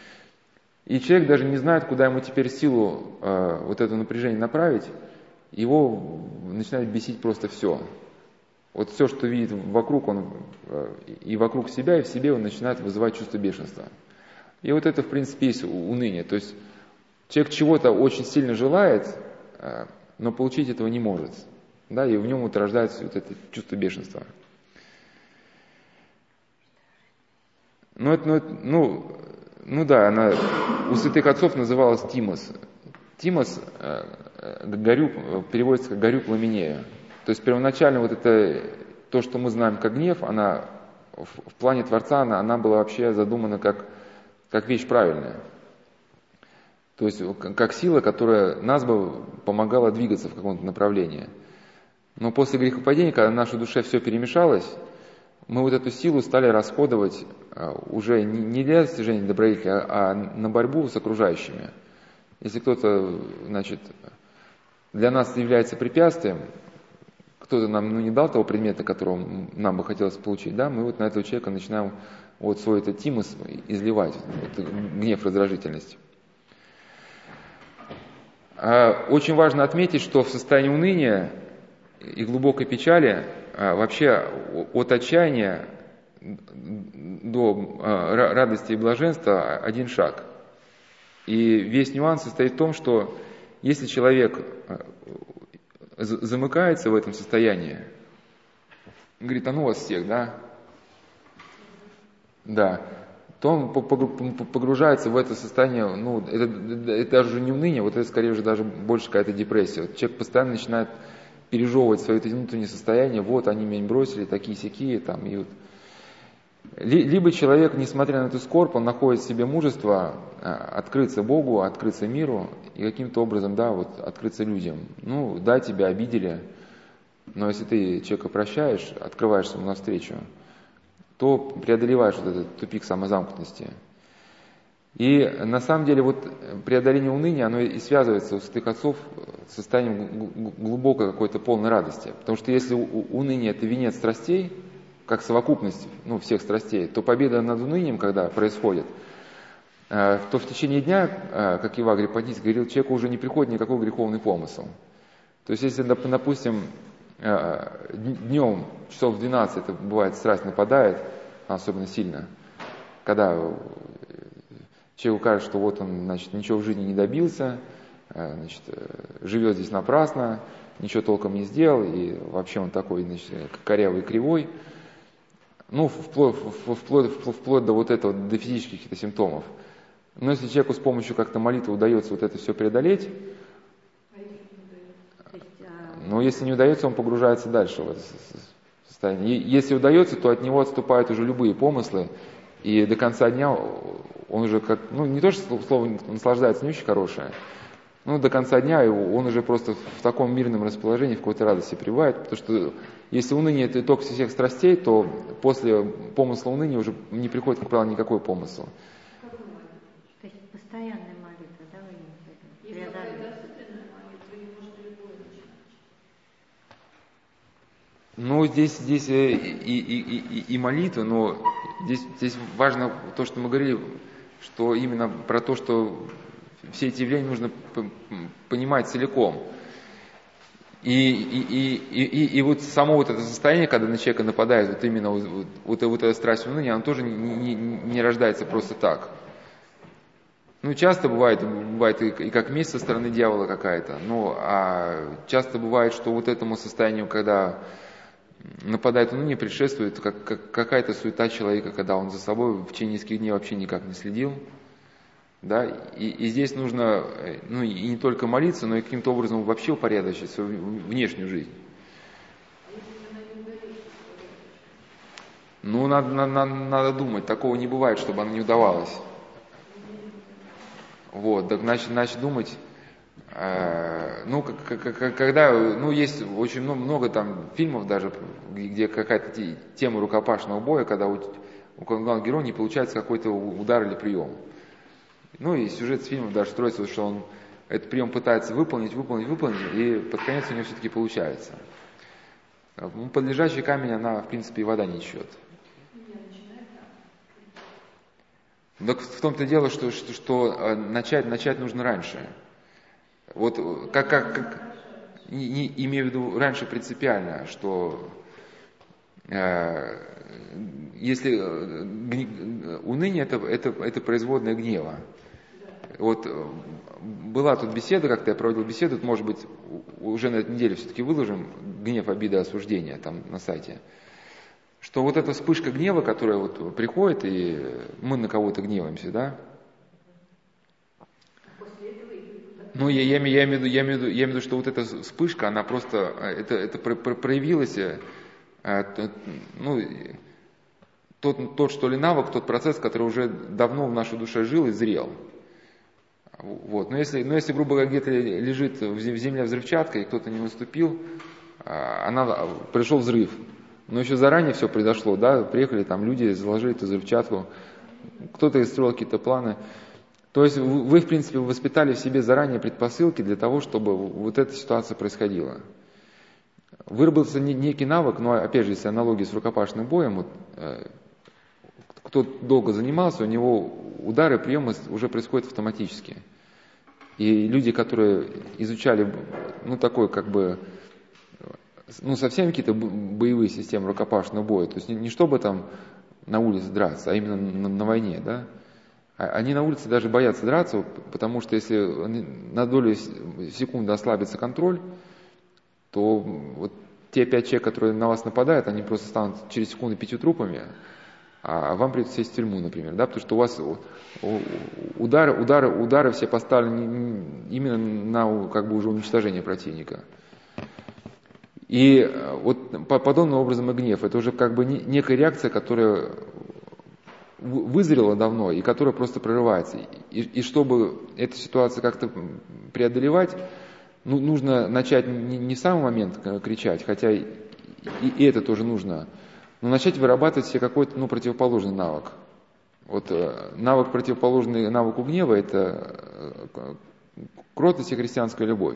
И человек даже не знает, куда ему теперь силу вот это напряжение направить, его начинает бесить просто все. Вот все, что видит вокруг, он и вокруг себя, и в себе он начинает вызывать чувство бешенства. И вот это, в принципе, есть уныние. То есть человек чего-то очень сильно желает, но получить этого не может. Да, и в нем вот рождается вот это чувство бешенства. Да, она у святых отцов называлась Тимос. Тимос, переводится как «горю пламенею». То есть первоначально вот это, то, что мы знаем как гнев, она в плане Творца, она была вообще задумана как вещь правильная. То есть как сила, которая нас бы помогала двигаться в каком-то направлении. Но после грехопадения, когда в нашей душе все перемешалось, мы вот эту силу стали расходовать уже не для достижения добродетели, а на борьбу с окружающими. Если кто-то, для нас является препятствием, кто-то нам не дал того предмета, которого нам бы хотелось получить, да, мы вот на этого человека начинаем вот свой этот тимус изливать, вот, гнев, раздражительность. Очень важно отметить, что в состоянии уныния и глубокой печали вообще от отчаяния до радости и блаженства один шаг. И весь нюанс состоит в том, что если человек замыкается в этом состоянии, говорит, а ну вас всех, да, то он погружается в это состояние, это даже уже не уныние, вот это скорее уже даже больше какая-то депрессия. Вот человек постоянно начинает пережевывать свое внутреннее состояние, вот они меня бросили, такие-сякие, там, и вот. Либо человек, несмотря на эту скорбь, он находит в себе мужество открыться Богу, открыться миру и каким-то образом, открыться людям. Да, тебя обидели, но если ты человека прощаешь, открываешься ему навстречу, то преодолеваешь вот этот тупик самозамкнутости. И на самом деле вот преодоление уныния, оно и связывается у святых отцов с состоянием глубокой какой-то полной радости. Потому что если уныние – это венец страстей, как совокупность всех страстей, то победа над унынием, когда происходит, то в течение дня, как Евагрий Понтийский говорил, человеку уже не приходит никакой греховный помысл. То есть если, допустим, днем часов в 12 это бывает страсть нападает, особенно сильно, когда человеку кажется, что вот он, ничего в жизни не добился, живет здесь напрасно, ничего толком не сделал, и вообще он такой, корявый и кривой, вплоть до вот этого, до физических каких-то симптомов. Но если человеку с помощью как-то молитвы удается вот это все преодолеть, если не удается, он погружается дальше в это состояние. И если удается, то от него отступают уже любые помыслы, и до конца дня он уже не то, что слово наслаждается, не очень хорошее, до конца дня он уже просто в таком мирном расположении, в какой-то радости пребывает, потому что если уныние – это итог всех страстей, то после помысла уныния уже не приходит, как правило, никакой помысл. То есть постоянная молитва, да, вы имеете в виду? Здесь и молитва, но здесь важно то, что мы говорили, что именно про то, что все эти явления нужно понимать целиком. И вот само вот это состояние, когда на человека нападает вот именно вот эта страсть уныния, она тоже не рождается просто так. Часто бывает и как месть со стороны дьявола какая-то, а часто бывает, что вот этому состоянию, когда нападает уныние, предшествует какая-то суета человека, когда он за собой в течение нескольких дней вообще никак не следил. Да? И здесь нужно и не только молиться, но и каким-то образом вообще упорядочить свою внешнюю жизнь. Надо думать, такого не бывает, чтобы она не удавалась. Так значит думать, когда, есть очень много там фильмов даже, где какая-то тема рукопашного боя, когда у главного героя не получается какой-то удар или прием. И сюжет с фильмом даже строится, что он этот прием пытается выполнить, и под конец у него все-таки получается. Под лежачий камень она, в принципе, и вода не течет. Так в том-то дело, что начать нужно раньше. Вот имею в виду раньше принципиально, что если уныние это производное гнева. Вот была тут беседа, как-то я проводил беседу, может быть, уже на этой неделе все-таки выложим гнев, обида, осуждение там на сайте. Что вот эта вспышка гнева, которая вот приходит, и мы на кого-то гневаемся, да? Ну, я имею в виду, что вот эта вспышка, она просто, это проявилась, ну, тот, что ли, навык, тот процесс, который уже давно в нашей душе жил и зрел. Вот. Но если, грубо говоря, где-то лежит в земле взрывчатка, и кто-то не наступил, пришел взрыв. Но еще заранее все произошло, да, приехали там люди, заложили эту взрывчатку, кто-то строил какие-то планы. То есть вы, в принципе, воспитали в себе заранее предпосылки для того, чтобы вот эта ситуация происходила. Выработался некий навык, но опять же, если аналогия с рукопашным боем, вот, кто долго занимался, у него удары, приемы уже происходят автоматически. И люди, которые изучали, ну, такой, как бы, ну, совсем какие-то боевые системы рукопашного боя, то есть не чтобы там на улице драться, а именно на войне, да, они на улице даже боятся драться, потому что если на долю секунды ослабится контроль, то вот те 5 человек, которые на вас нападают, они просто станут через секунду 5 трупами, а вам придется сесть в тюрьму, например, да, потому что у вас удары все поставлены именно на, как бы, уже уничтожение противника. И вот подобным образом и гнев, это уже как бы некая реакция, которая вызрела давно и которая просто прорывается. И чтобы эту ситуацию как-то преодолевать, ну, нужно начать не в самый момент кричать, хотя и это тоже нужно, но начать вырабатывать себе какой-то, ну, противоположный навык. Вот навык, противоположный навыку гнева, это кротость и христианская любовь.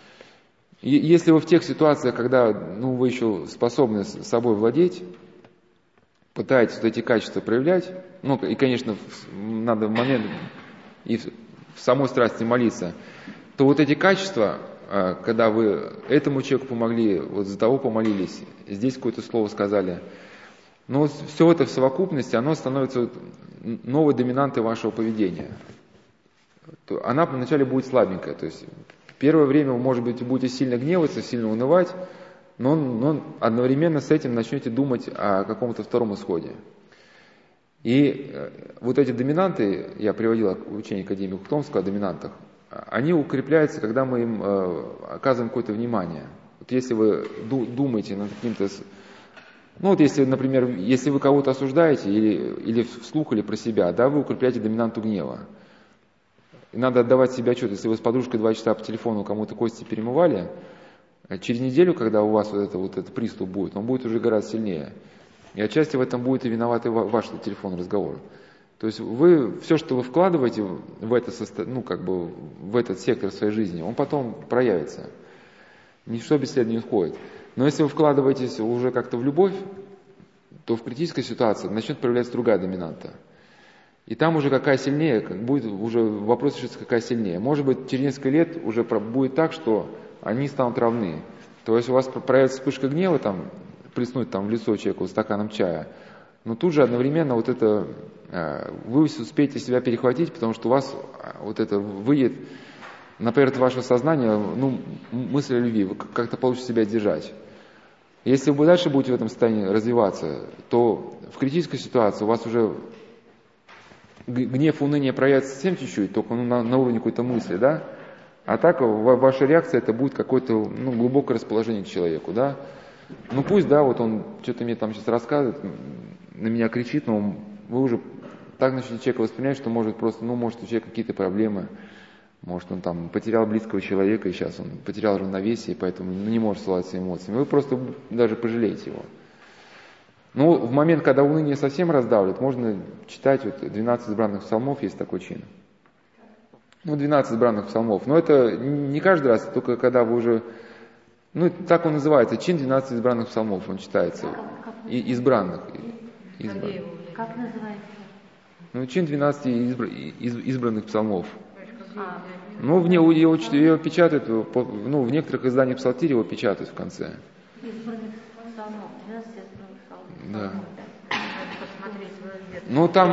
И если вы в тех ситуациях, когда, ну, вы еще способны с собой владеть, пытаетесь вот эти качества проявлять, ну, и, конечно, надо в момент и в самой страсти молиться, то вот эти качества, когда вы этому человеку помогли, вот за того помолились, здесь какое-то слово сказали, но вот все это в совокупности, оно становится новой доминантой вашего поведения. Она вначале будет слабенькая, то есть первое время вы, может быть, будете сильно гневаться, сильно унывать, но одновременно с этим начнете думать о каком-то втором исходе. И вот эти доминанты, я приводил учение академика Томского о доминантах, они укрепляются, когда мы им оказываем какое-то внимание. Вот если вы думаете над каким-то... Ну вот если, например, если вы кого-то осуждаете, или вслух, или про себя, да, вы укрепляете доминанту гнева. И надо отдавать себе отчет, если вы с подружкой 2 часа по телефону кому-то кости перемывали, через неделю, когда у вас вот этот приступ будет, он будет уже гораздо сильнее. И отчасти в этом будет и виноваты ваш телефонный разговор. То есть вы, все, что вы вкладываете в это, ну, как бы, в этот сектор своей жизни, он потом проявится. Ничто бесследно не уходит. Но если вы вкладываетесь уже как-то в любовь, то в критической ситуации начнет проявляться другая доминанта. И там уже какая сильнее, будет уже вопрос решится, какая сильнее. Может быть, через несколько лет уже будет так, что они станут равны. То есть у вас проявится вспышка гнева, там, плеснуть там в лицо человеку стаканом чая, но тут же одновременно вот это, вы успеете себя перехватить, потому что у вас вот это выйдет на поверхность вашего сознания, ну, мысль о любви, вы как-то получите себя держать. Если вы дальше будете в этом состоянии развиваться, то в критической ситуации у вас уже гнев, уныние проявится совсем чуть-чуть, только на уровне какой-то мысли, да? А так ваша реакция это будет какое-то, ну, глубокое расположение к человеку, да? Ну пусть, да, вот он что-то мне там сейчас рассказывает, на меня кричит, но вы уже так начнете человека воспринимать, что может просто, ну, может у человека какие-то проблемы, может он там потерял близкого человека, и сейчас он потерял равновесие, поэтому не может совладать своими эмоциями. Вы просто даже пожалеете его. Ну, в момент, когда уныние совсем раздавливает, можно читать вот 12 избранных псалмов, есть такой чин. Ну, 12 избранных псалмов. Но это не каждый раз, только когда вы уже... Ну, так он называется, чин 12 избранных псалмов, он читается. Избранных. Как называется? Ну, чин 12 избранных псалмов. Ну, его печатают, ну, в некоторых изданиях псалтирь его печатают в конце. Избранных псалмов, 12 избранных псалмов. Да. Надо посмотреть Ну, там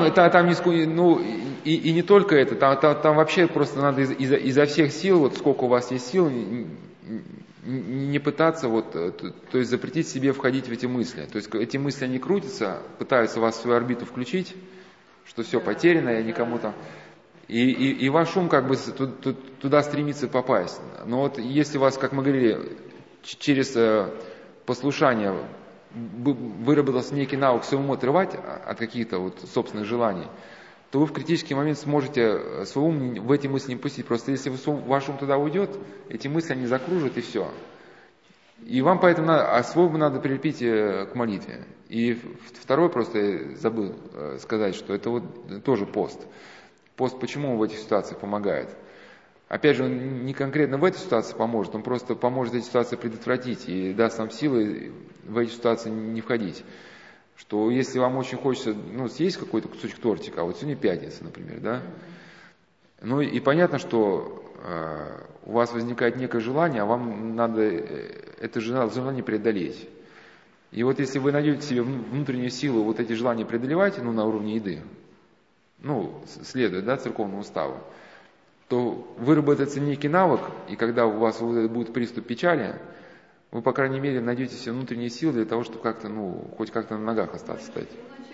и не только это, там вообще просто надо изо всех сил, вот сколько у вас есть сил, не пытаться то есть запретить себе входить в эти мысли. То есть эти мысли, они крутятся, пытаются вас в свою орбиту включить, что все потеряно, я никому там... И ваш ум как бы туда стремится попасть. Но вот если у вас, как мы говорили, через послушание выработался некий навык самому отрывать от каких-то вот собственных желаний, то вы в критический момент сможете свой ум в эти мысли не пустить. Просто если ваш ум туда уйдет, эти мысли они закружат и все. И вам поэтому свой ум надо прилепить к молитве. И второй просто забыл сказать, что это вот тоже пост. Пост почему в этих ситуациях помогает? Опять же, он не конкретно в этой ситуации поможет, он просто поможет эти ситуации предотвратить и даст нам силы в эти ситуации не входить. Что если вам очень хочется, съесть какой-то кусочек тортика, а вот сегодня пятница, например, да? Ну и понятно, что у вас возникает некое желание, а вам надо это желание преодолеть. И вот если вы найдете в себе внутреннюю силу вот эти желания преодолевать, на уровне еды, следуя, да, церковному уставу, то выработается некий навык, и когда у вас будет приступ печали, вы, по крайней мере, найдете себе внутренние силы для того, чтобы как-то, хоть как-то на ногах остаться стоять.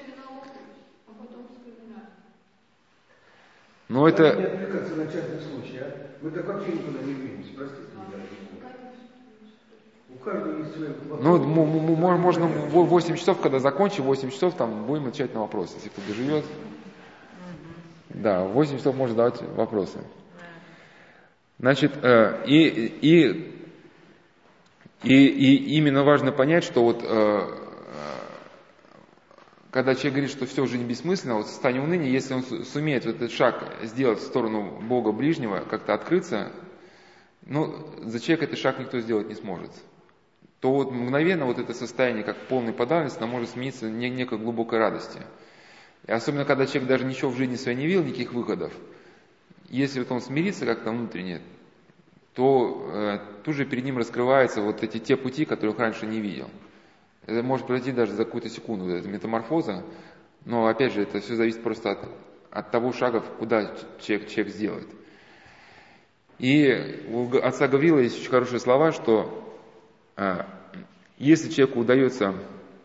Но это... Не отвлекаться на частный случай, а? Мы так вообще никуда не двинемся, простите меня. У каждого есть свои вопросы. Можно 8 часов, когда закончим, 8 часов там будем отвечать на вопросы, если кто доживет. Да, 8 часов можно давать вопросы. Значит, и именно важно понять, что вот когда человек говорит, что все в жизни бессмысленно, вот в состоянии уныния, если он сумеет этот шаг сделать в сторону Бога ближнего, как-то открыться, за человека этот шаг никто сделать не сможет. То вот мгновенно вот это состояние, как полной подавленности, оно может смениться некой глубокой радости. И особенно, когда человек даже ничего в жизни своей не видел, никаких выходов, если вот он смирится как-то внутренне, то тут же перед ним раскрываются вот те пути, которых раньше не видел. Это может произойти даже за какую-то секунду, эта метаморфоза, но опять же, это все зависит просто от того шага, куда человек сделает. И у отца Гаврила есть очень хорошие слова, что если человеку удается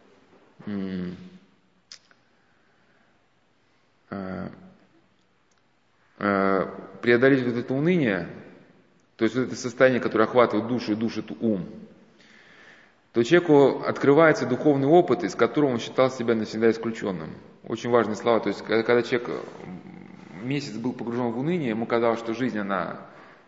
преодолеть вот это уныние, то есть вот это состояние, которое охватывает душу и душит ум, то человеку открывается духовный опыт, из которого он считал себя навсегда исключенным. Очень важные слова. То есть, когда человек месяц был погружен в уныние, ему казалось, что жизнь, она,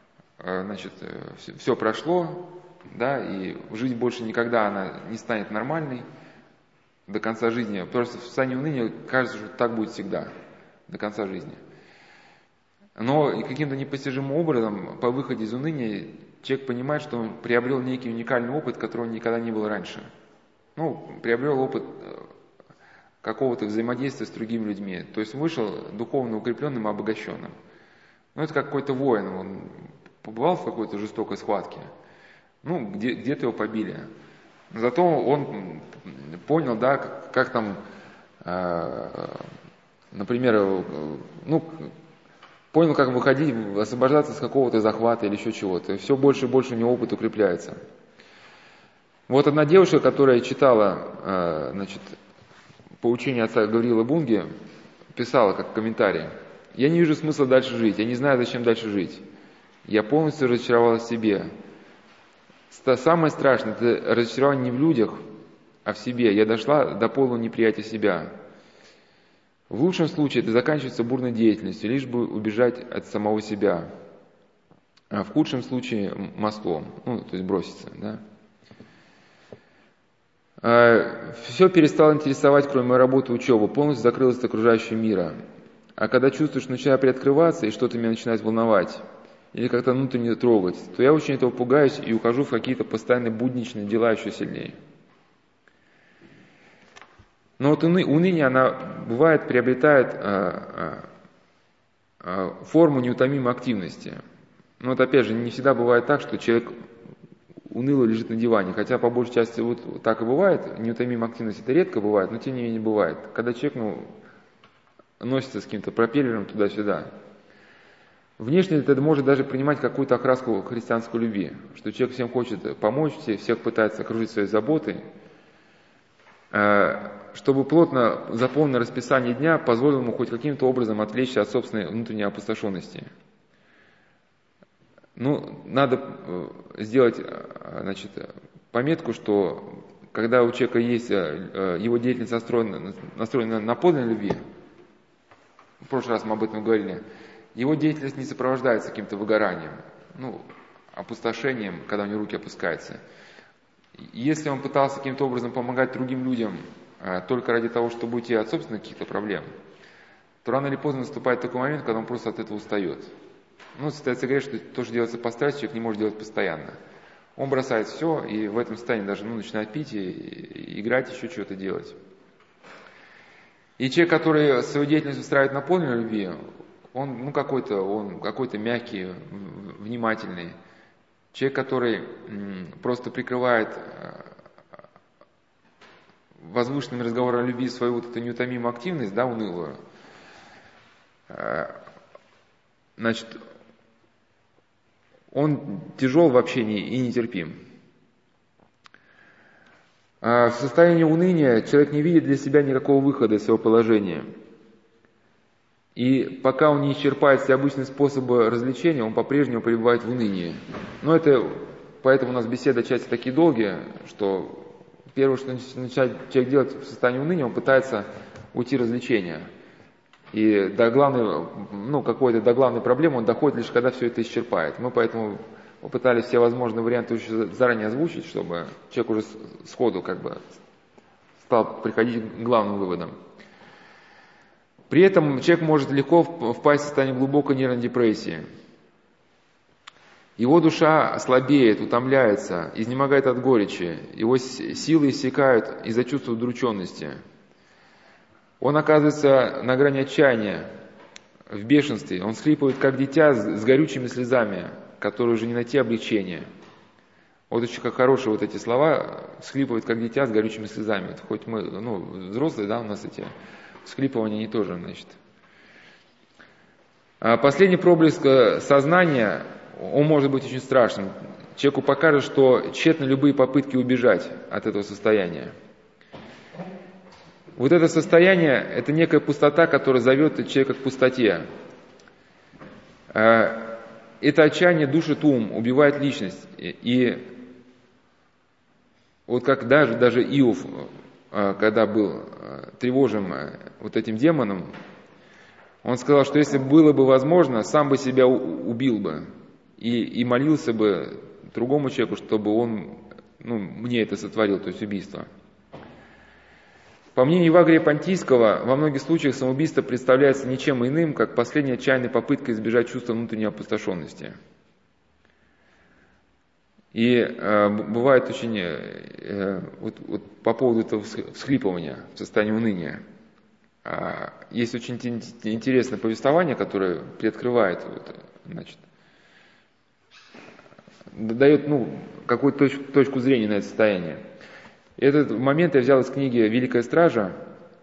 все прошло, да, и жизнь больше никогда она не станет нормальной до конца жизни. Просто в состоянии уныния кажется, что так будет всегда, до конца жизни. Но каким-то непостижимым образом, по выходе из уныния, человек понимает, что он приобрел некий уникальный опыт, которого никогда не было раньше. Приобрел опыт какого-то взаимодействия с другими людьми. То есть вышел духовно укрепленным и обогащенным. Это как какой-то воин, он побывал в какой-то жестокой схватке. Где-то его побили. Зато он понял, да, как там, например, понял, как выходить, освобождаться с какого-то захвата или еще чего-то. Все больше и больше у него опыт укрепляется. Вот одна девушка, которая читала, поучение отца Гавриила Бунги, писала как комментарий: «Я не вижу смысла дальше жить, я не знаю, зачем дальше жить. Я полностью разочаровалась в себе. Самое страшное – это разочарование не в людях, а в себе. Я дошла до полного неприятия себя. В лучшем случае это заканчивается бурной деятельностью, лишь бы убежать от самого себя. А в худшем случае мостом, то есть броситься. Да? Все перестало интересовать, кроме моей работы и учебы, полностью закрылось от окружающего мира. А когда чувствую, что начинаю приоткрываться, и что-то меня начинает волновать, или как-то внутренне трогать, то я очень этого пугаюсь и ухожу в какие-то постоянные будничные дела еще сильнее». Но вот уныние, она бывает, приобретает форму неутомимой активности. Но вот опять же, не всегда бывает так, что человек уныло лежит на диване, хотя по большей части вот так и бывает, неутомимая активность это редко бывает, но тем не менее бывает. Когда человек носится с каким-то пропеллером туда-сюда. Внешне это может даже принимать какую-то окраску христианской любви, что человек всем хочет помочь, всех пытается окружить своей заботой, чтобы плотно заполненное расписание дня позволило ему хоть каким-то образом отвлечься от собственной внутренней опустошенности. Надо сделать, пометку, что когда у человека есть, его деятельность настроена на подлинной любви, в прошлый раз мы об этом говорили, его деятельность не сопровождается каким-то выгоранием, опустошением, когда у него руки опускаются. Если он пытался каким-то образом помогать другим людям только ради того, чтобы уйти от собственных каких-то проблем, то рано или поздно наступает такой момент, когда он просто от этого устает. Святой Отец говорит, что то, что делается по страсти, человек не может делать постоянно. Он бросает все, и в этом состоянии даже начинает пить, и играть, еще что-то делать. И человек, который свою деятельность устраивает на подлинной любви, он какой-то мягкий, внимательный. Человек, который просто прикрывает возвышенными разговорами о любви свою вот эту неутомимую активность, унылую, он тяжел в общении и нетерпим. В состоянии уныния человек не видит для себя никакого выхода из своего положения. И пока он не исчерпает все обычные способы развлечения, он по-прежнему пребывает в унынии. Поэтому у нас беседы часто такие долгие, что первое, что начинает человек делать в состоянии уныния, он пытается уйти в развлечения. И до главной проблемы он доходит лишь когда все это исчерпает. Мы поэтому попытались все возможные варианты уже заранее озвучить, чтобы человек уже сходу стал приходить к главным выводам. При этом человек может легко впасть в состояние глубокой нервной депрессии. Его душа слабеет, утомляется, изнемогает от горечи, его силы иссякают из-за чувства удрученности. Он оказывается на грани отчаяния, в бешенстве. Он всхлипывает, как дитя, с горючими слезами, которые уже не найти облегчения. Вот очень как хорошие вот эти слова, всхлипывает, как дитя, с горючими слезами. Хоть мы, взрослые, у нас эти всхлипывания не тоже, Последний проблеск сознания, он может быть очень страшным. Человеку покажет, что тщетны любые попытки убежать от этого состояния. Вот это состояние, это некая пустота, которая зовет человека к пустоте. Это отчаяние душит ум, убивает личность. И вот как даже Иов, когда был тревожим вот этим демоном, он сказал, что если было бы возможно, сам бы себя убил бы и молился бы другому человеку, чтобы он мне это сотворил, то есть убийство. По мнению Евагрия Понтийского, во многих случаях самоубийство представляется ничем иным, как последняя отчаянная попытка избежать чувства внутренней опустошенности. И бывает очень, по поводу этого всхлипывания в состоянии уныния, есть очень интересное повествование, которое приоткрывает, дает какую-то точку зрения на это состояние. Этот момент я взял из книги «Великая стража»,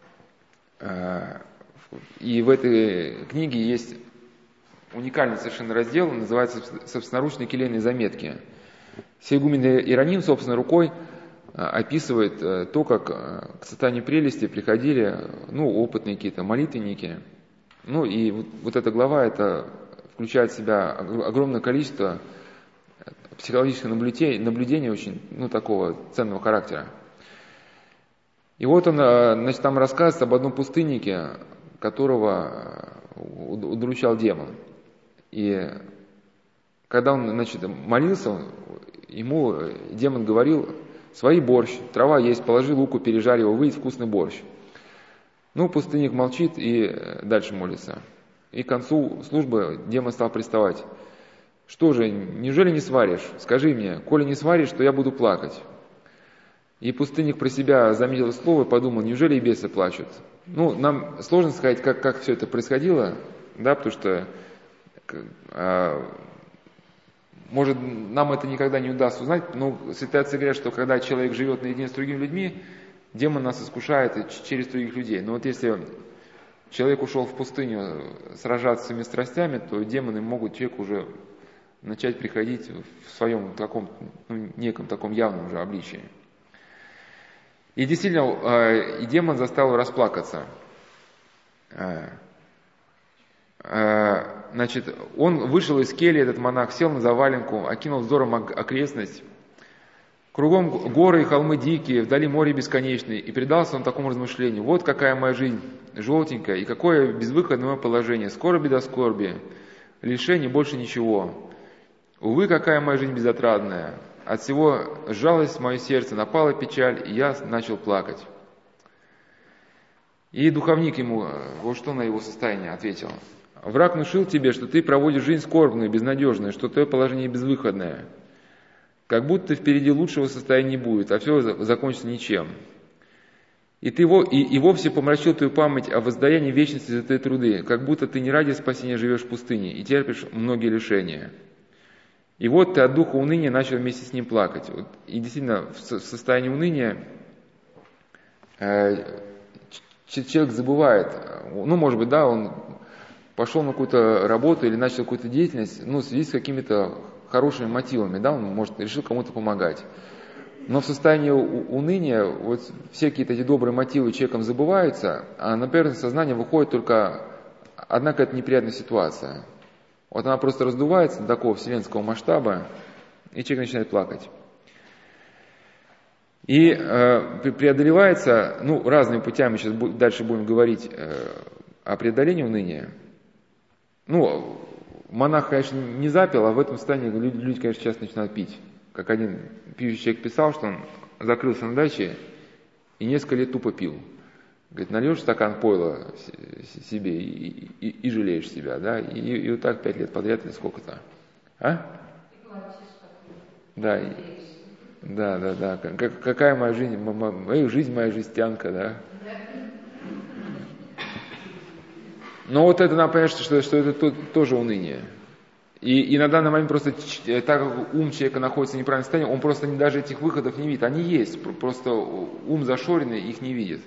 и в этой книге есть уникальный совершенно раздел, называется «Собственноручные келейные заметки». Сиегумен Иероним собственной рукой описывает то, как к состоянию прелести приходили опытные какие-то молитвенники. И вот эта глава, это включает в себя огромное количество психологического наблюдения очень такого ценного характера. И вот он, там рассказывает об одном пустыннике, которого удручал демон. И когда он, молился, ему демон говорил: «Свои борщ, трава есть, положи луку, пережарь его, выйдет вкусный борщ». Пустынник молчит и дальше молится. И к концу службы демон стал приставать: «Что же, неужели не сваришь? Скажи мне, коли не сваришь, то я буду плакать». И пустынник про себя заметил слово и подумал: неужели и бесы плачут? Нам сложно сказать, как все это происходило, потому что, может, нам это никогда не удастся узнать, но святые отцы говорят, что когда человек живет наедине с другими людьми, демон нас искушает через других людей. Но вот если человек ушел в пустыню сражаться с своими страстями, то демоны могут человеку уже начать приходить в своем таком, неком таком явном же обличии. И действительно, и демон заставил его расплакаться. Значит, он вышел из кельи, этот монах, сел на заваленку, окинул взором окрестность. Кругом горы и холмы дикие, вдали море бесконечное, и предался он такому размышлению. Вот какая моя жизнь желтенькая, и какое безвыходное мое положение. Скорби до скорби, лишений больше ничего. Увы, какая моя жизнь безотрадная. От всего сжалось мое сердце, напала печаль, и я начал плакать. И духовник ему, вот что на его состояние ответил. Враг внушил тебе, что ты проводишь жизнь скорбную, безнадежную, что твое положение безвыходное. Как будто впереди лучшего состояния не будет, а все закончится ничем. И ты и вовсе помрачил твою память о воздаянии вечности за твои труды, как будто ты не ради спасения живешь в пустыне и терпишь многие лишения. И вот ты от духа уныния начал вместе с ним плакать. И действительно, в состоянии уныния человек забывает, может быть, да, он пошел на какую-то работу или начал какую-то деятельность, в связи с какими-то хорошими мотивами, да, он, может, решил кому-то помогать. Но в состоянии уныния все какие-то эти добрые мотивы человеком забываются, а на поверхность сознания выходит только одна какая-то неприятная ситуация. Она просто раздувается до такого вселенского масштаба, и человек начинает плакать. И преодолевается, разными путями, сейчас дальше будем говорить о преодолении уныния. Монах, конечно, не запил, а в этом состоянии люди, конечно, сейчас начинают пить. Как один пьющий человек писал, что он закрылся на даче и несколько лет тупо пил. Говорит, нальешь стакан пойла себе и жалеешь себя, да, и вот так 5 лет подряд или сколько-то. Да, да. Какая моя жизнь, моя жестянка, да. Но это надо понять, что это тоже уныние. И на данный момент просто, так как ум человека находится в неправильном состоянии, он просто даже этих выходов не видит. Они есть, просто ум зашоренный, их не видит.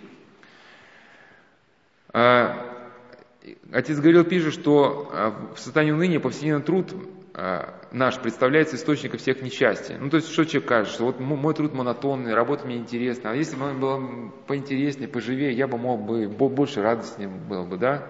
Отец Гавриил пишет, что в состоянии уныния повседневный труд наш представляется источником всех несчастий. То есть, что человек кажется, что мой труд монотонный, работа мне интересна, а если бы он был поинтереснее, поживее, я бы мог бы больше радостнее был бы, да?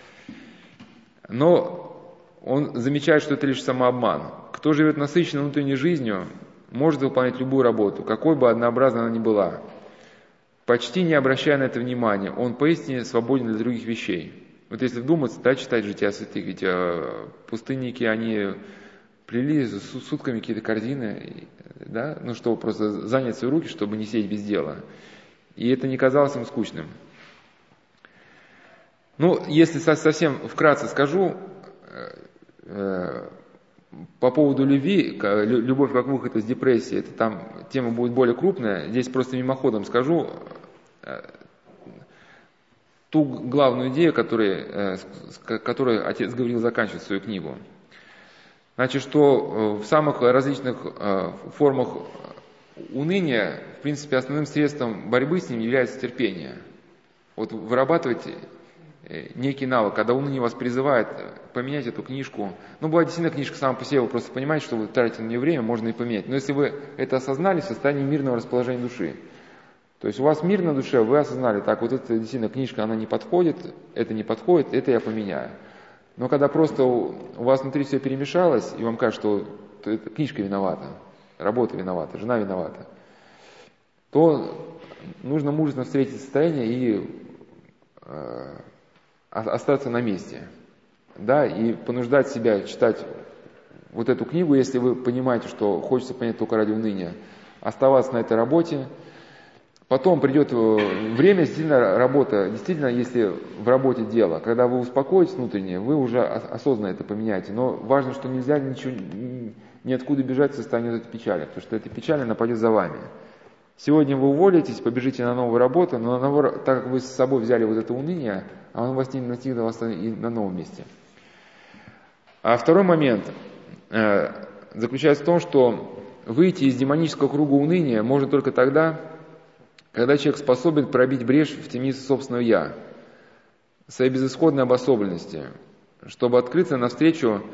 Но он замечает, что это лишь самообман. Кто живет насыщенной внутренней жизнью, может выполнять любую работу, какой бы однообразной она ни была. Почти не обращая на это внимания, он поистине свободен для других вещей. Если вдуматься, да, читать жития святых, ведь пустынники, они плели сутками какие-то корзины, да, чтобы просто занять свои руки, чтобы не сидеть без дела. И это не казалось им скучным. Если совсем вкратце скажу, по поводу любви, любовь как выход из депрессии, это там тема будет более крупная, здесь просто мимоходом скажу ту главную идею, которой отец Гавриил заканчивает свою книгу. Значит, что в самых различных формах уныния, в принципе, основным средством борьбы с ним является терпение. Вырабатывать некий навык, когда уныние вас призывает поменять эту книжку. Бывает действительно книжка сама по себе, вы просто понимаете, что вы тратите на нее время, можно и поменять. Но если вы это осознали в состоянии мирного расположения души, то есть у вас мир на душе, вы осознали, так, эта действительно книжка, она не подходит, это я поменяю. Но когда просто у вас внутри все перемешалось, и вам кажется, что эта книжка виновата, работа виновата, жена виновата, то нужно мужественно встретить состояние и остаться на месте, да, и понуждать себя читать эту книгу, если вы понимаете, что хочется понять только ради уныния, оставаться на этой работе. Потом придет время, действительно, если в работе дело, когда вы успокоитесь внутренне, вы уже осознанно это поменяете. Но важно, что нельзя ниоткуда бежать в состоянии этой печали, потому что эта печаль нападет за вами. Сегодня вы уволитесь, побежите на новую работу, но так как вы с собой взяли это уныние, оно вас не настигнет вас и на новом месте. А второй момент заключается в том, что выйти из демонического круга уныния можно только тогда, когда человек способен пробить брешь в темнице собственного «я», своей безысходной обособленности, чтобы открыться навстречу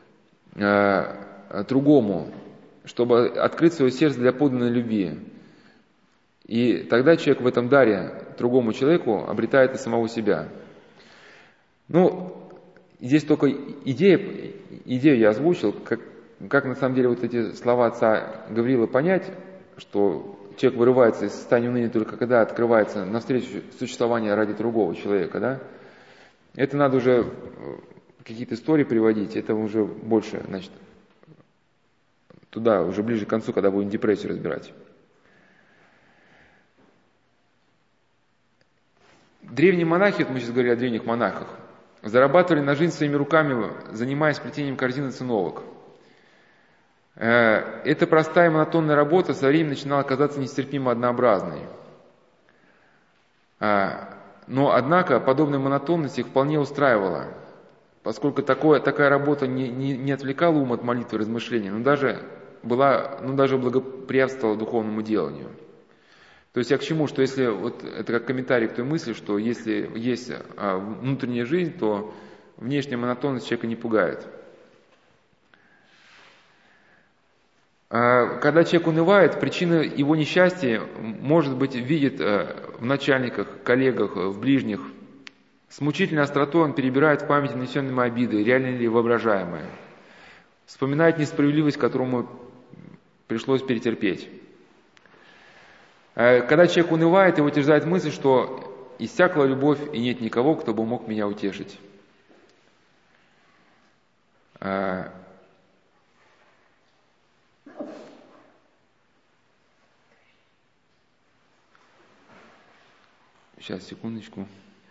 другому, чтобы открыть свое сердце для подлинной любви. И тогда человек в этом даре другому человеку обретает и самого себя. Здесь только идею я озвучил, как на самом деле вот эти слова отца Гавриила понять, что человек вырывается из состояния уныния только когда открывается навстречу существования ради другого человека, да? Это надо уже какие-то истории приводить, это уже больше, значит, туда, уже ближе к концу, когда будем депрессию разбирать. Древние монахи, мы сейчас говорили о древних монахах, зарабатывали на жизнь своими руками, занимаясь плетением корзин и циновок. Эта простая и монотонная работа со временем начинала казаться нестерпимо однообразной. Но, однако, подобная монотонность их вполне устраивала, поскольку такая работа не отвлекала ум от молитвы и размышления, но даже благоприятствовала духовному деланию. То есть я к чему? Что если, вот это как комментарий к той мысли, что если есть внутренняя жизнь, то внешняя монотонность человека не пугает. Когда человек унывает, причина его несчастья может быть видит в начальниках, коллегах, в ближних. С мучительной остротой он перебирает в памяти нанесенные ему обиды, реальные или воображаемые. Вспоминает несправедливость, которую ему пришлось перетерпеть. Когда человек унывает, его терзает мысль, что иссякла любовь, и нет никого, кто бы мог меня утешить. Сейчас, секундочку.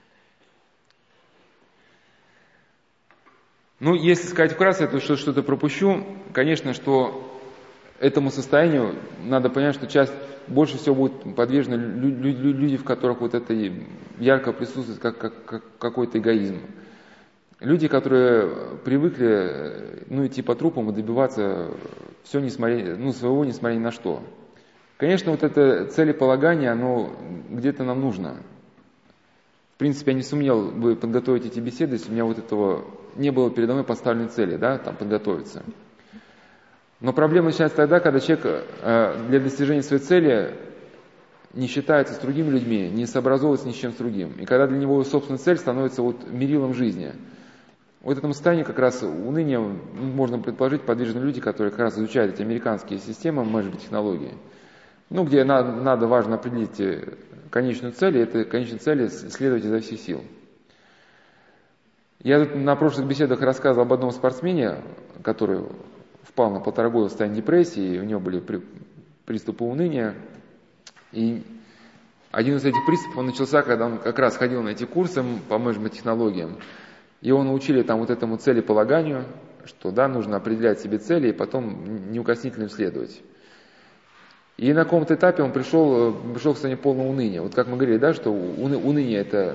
Если сказать вкратце, то что-то пропущу. Конечно, что этому состоянию надо понять, что больше всего будут подвержены люди, в которых вот это ярко присутствует как какой-то эгоизм. Люди, которые привыкли идти по трупам и добиваться своего, несмотря ни на что. Конечно, вот это целеполагание, оно где-то нам нужно. В принципе, я не сумел бы подготовить эти беседы, если у меня вот этого не было передо мной поставленной цели, подготовиться. Но проблема начинается тогда, когда человек для достижения своей цели не считается с другими людьми, не сообразовывается ни с чем с другим. И когда для него собственная цель становится мерилом жизни. Вот этому состоянию как раз уныния, можно предположить, подвержены люди, которые как раз изучают эти американские системы менеджмент-технологии. Где важно определить конечную цель, и этой конечной цели следовать изо всех сил. Я тут на прошлых беседах рассказывал об одном спортсмене, который впал на 1,5 года в состояние депрессии, и у него были приступы уныния. И один из этих приступов начался, когда он как раз ходил на эти курсы по менеджмент-технологиям. Его научили этому целеполаганию, что нужно определять себе цели и потом неукоснительно следовать. И на каком-то этапе он пришел к состоянию полного уныния. Вот как мы говорили, что уныние это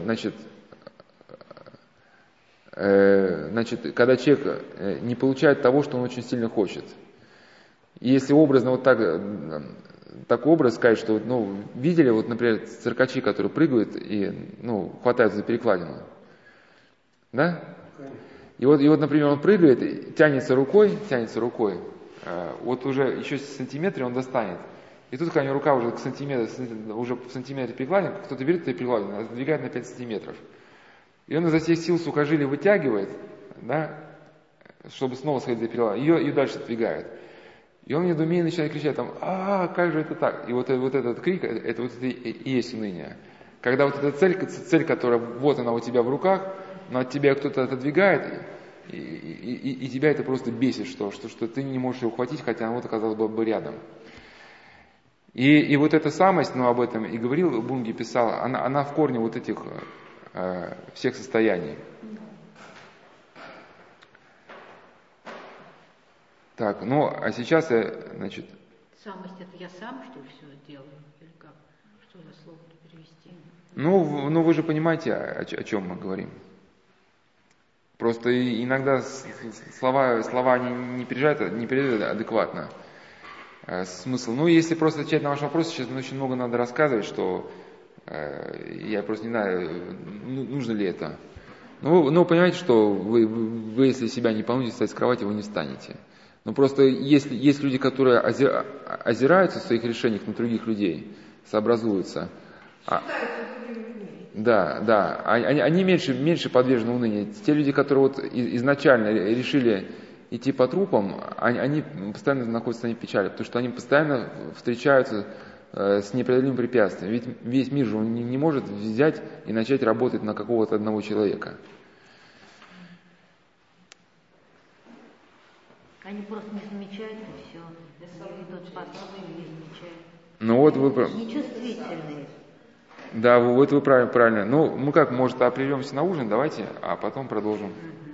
значит, когда человек не получает того, что он очень сильно хочет. И если образно такой образ сказать, что видели, например, циркачи, которые прыгают и хватаются за перекладину. Да? И вот, например, он прыгает, тянется рукой, вот уже еще сантиметр он достанет. И тут, когда у него рука уже уже в сантиметре перекладина, кто-то берет эту перекладину, сдвигает на 5 сантиметров. И он изо всех сил сухожилие вытягивает, чтобы снова сходить за перекладину, ее дальше двигает. И он в недоумении начинает кричать как же это так? И вот этот крик, это и есть уныние. Когда вот эта цель, которая вот она у тебя в руках, но от тебя кто-то отодвигает, и тебя это просто бесит, что ты не можешь ее ухватить, хотя она оказалась бы рядом. И вот эта самость, об этом и говорил, Бунги писал, она в корне вот этих всех состояний. Так, а сейчас я, Самость — это я сам, что ли, все делаю? Или как? Что за слово-то перевести? Вы же понимаете, о чем мы говорим. Просто иногда слова они не передают адекватно смысл. Если просто отвечать на ваш вопрос, сейчас очень много надо рассказывать, что я просто не знаю, нужно ли это. Ну, понимаете, что вы, если себя не помните встать с кровати, вы не встанете. Но просто есть люди, которые озираются в своих решениях на других людей, сообразуются. Да, они меньше подвержены унынию. Те люди, которые вот изначально решили идти по трупам, они постоянно находятся в состоянии печали, потому что они постоянно встречаются с непреодолимым препятствием. Ведь весь мир же он не может взять и начать работать на какого-то одного человека. Они просто не замечают и все. Идут по особым, не замечают. Ну вот вы... Нечувствительные. Да, вот вы правильно. Ну, мы как, может, прервемся на ужин, давайте, а потом продолжим.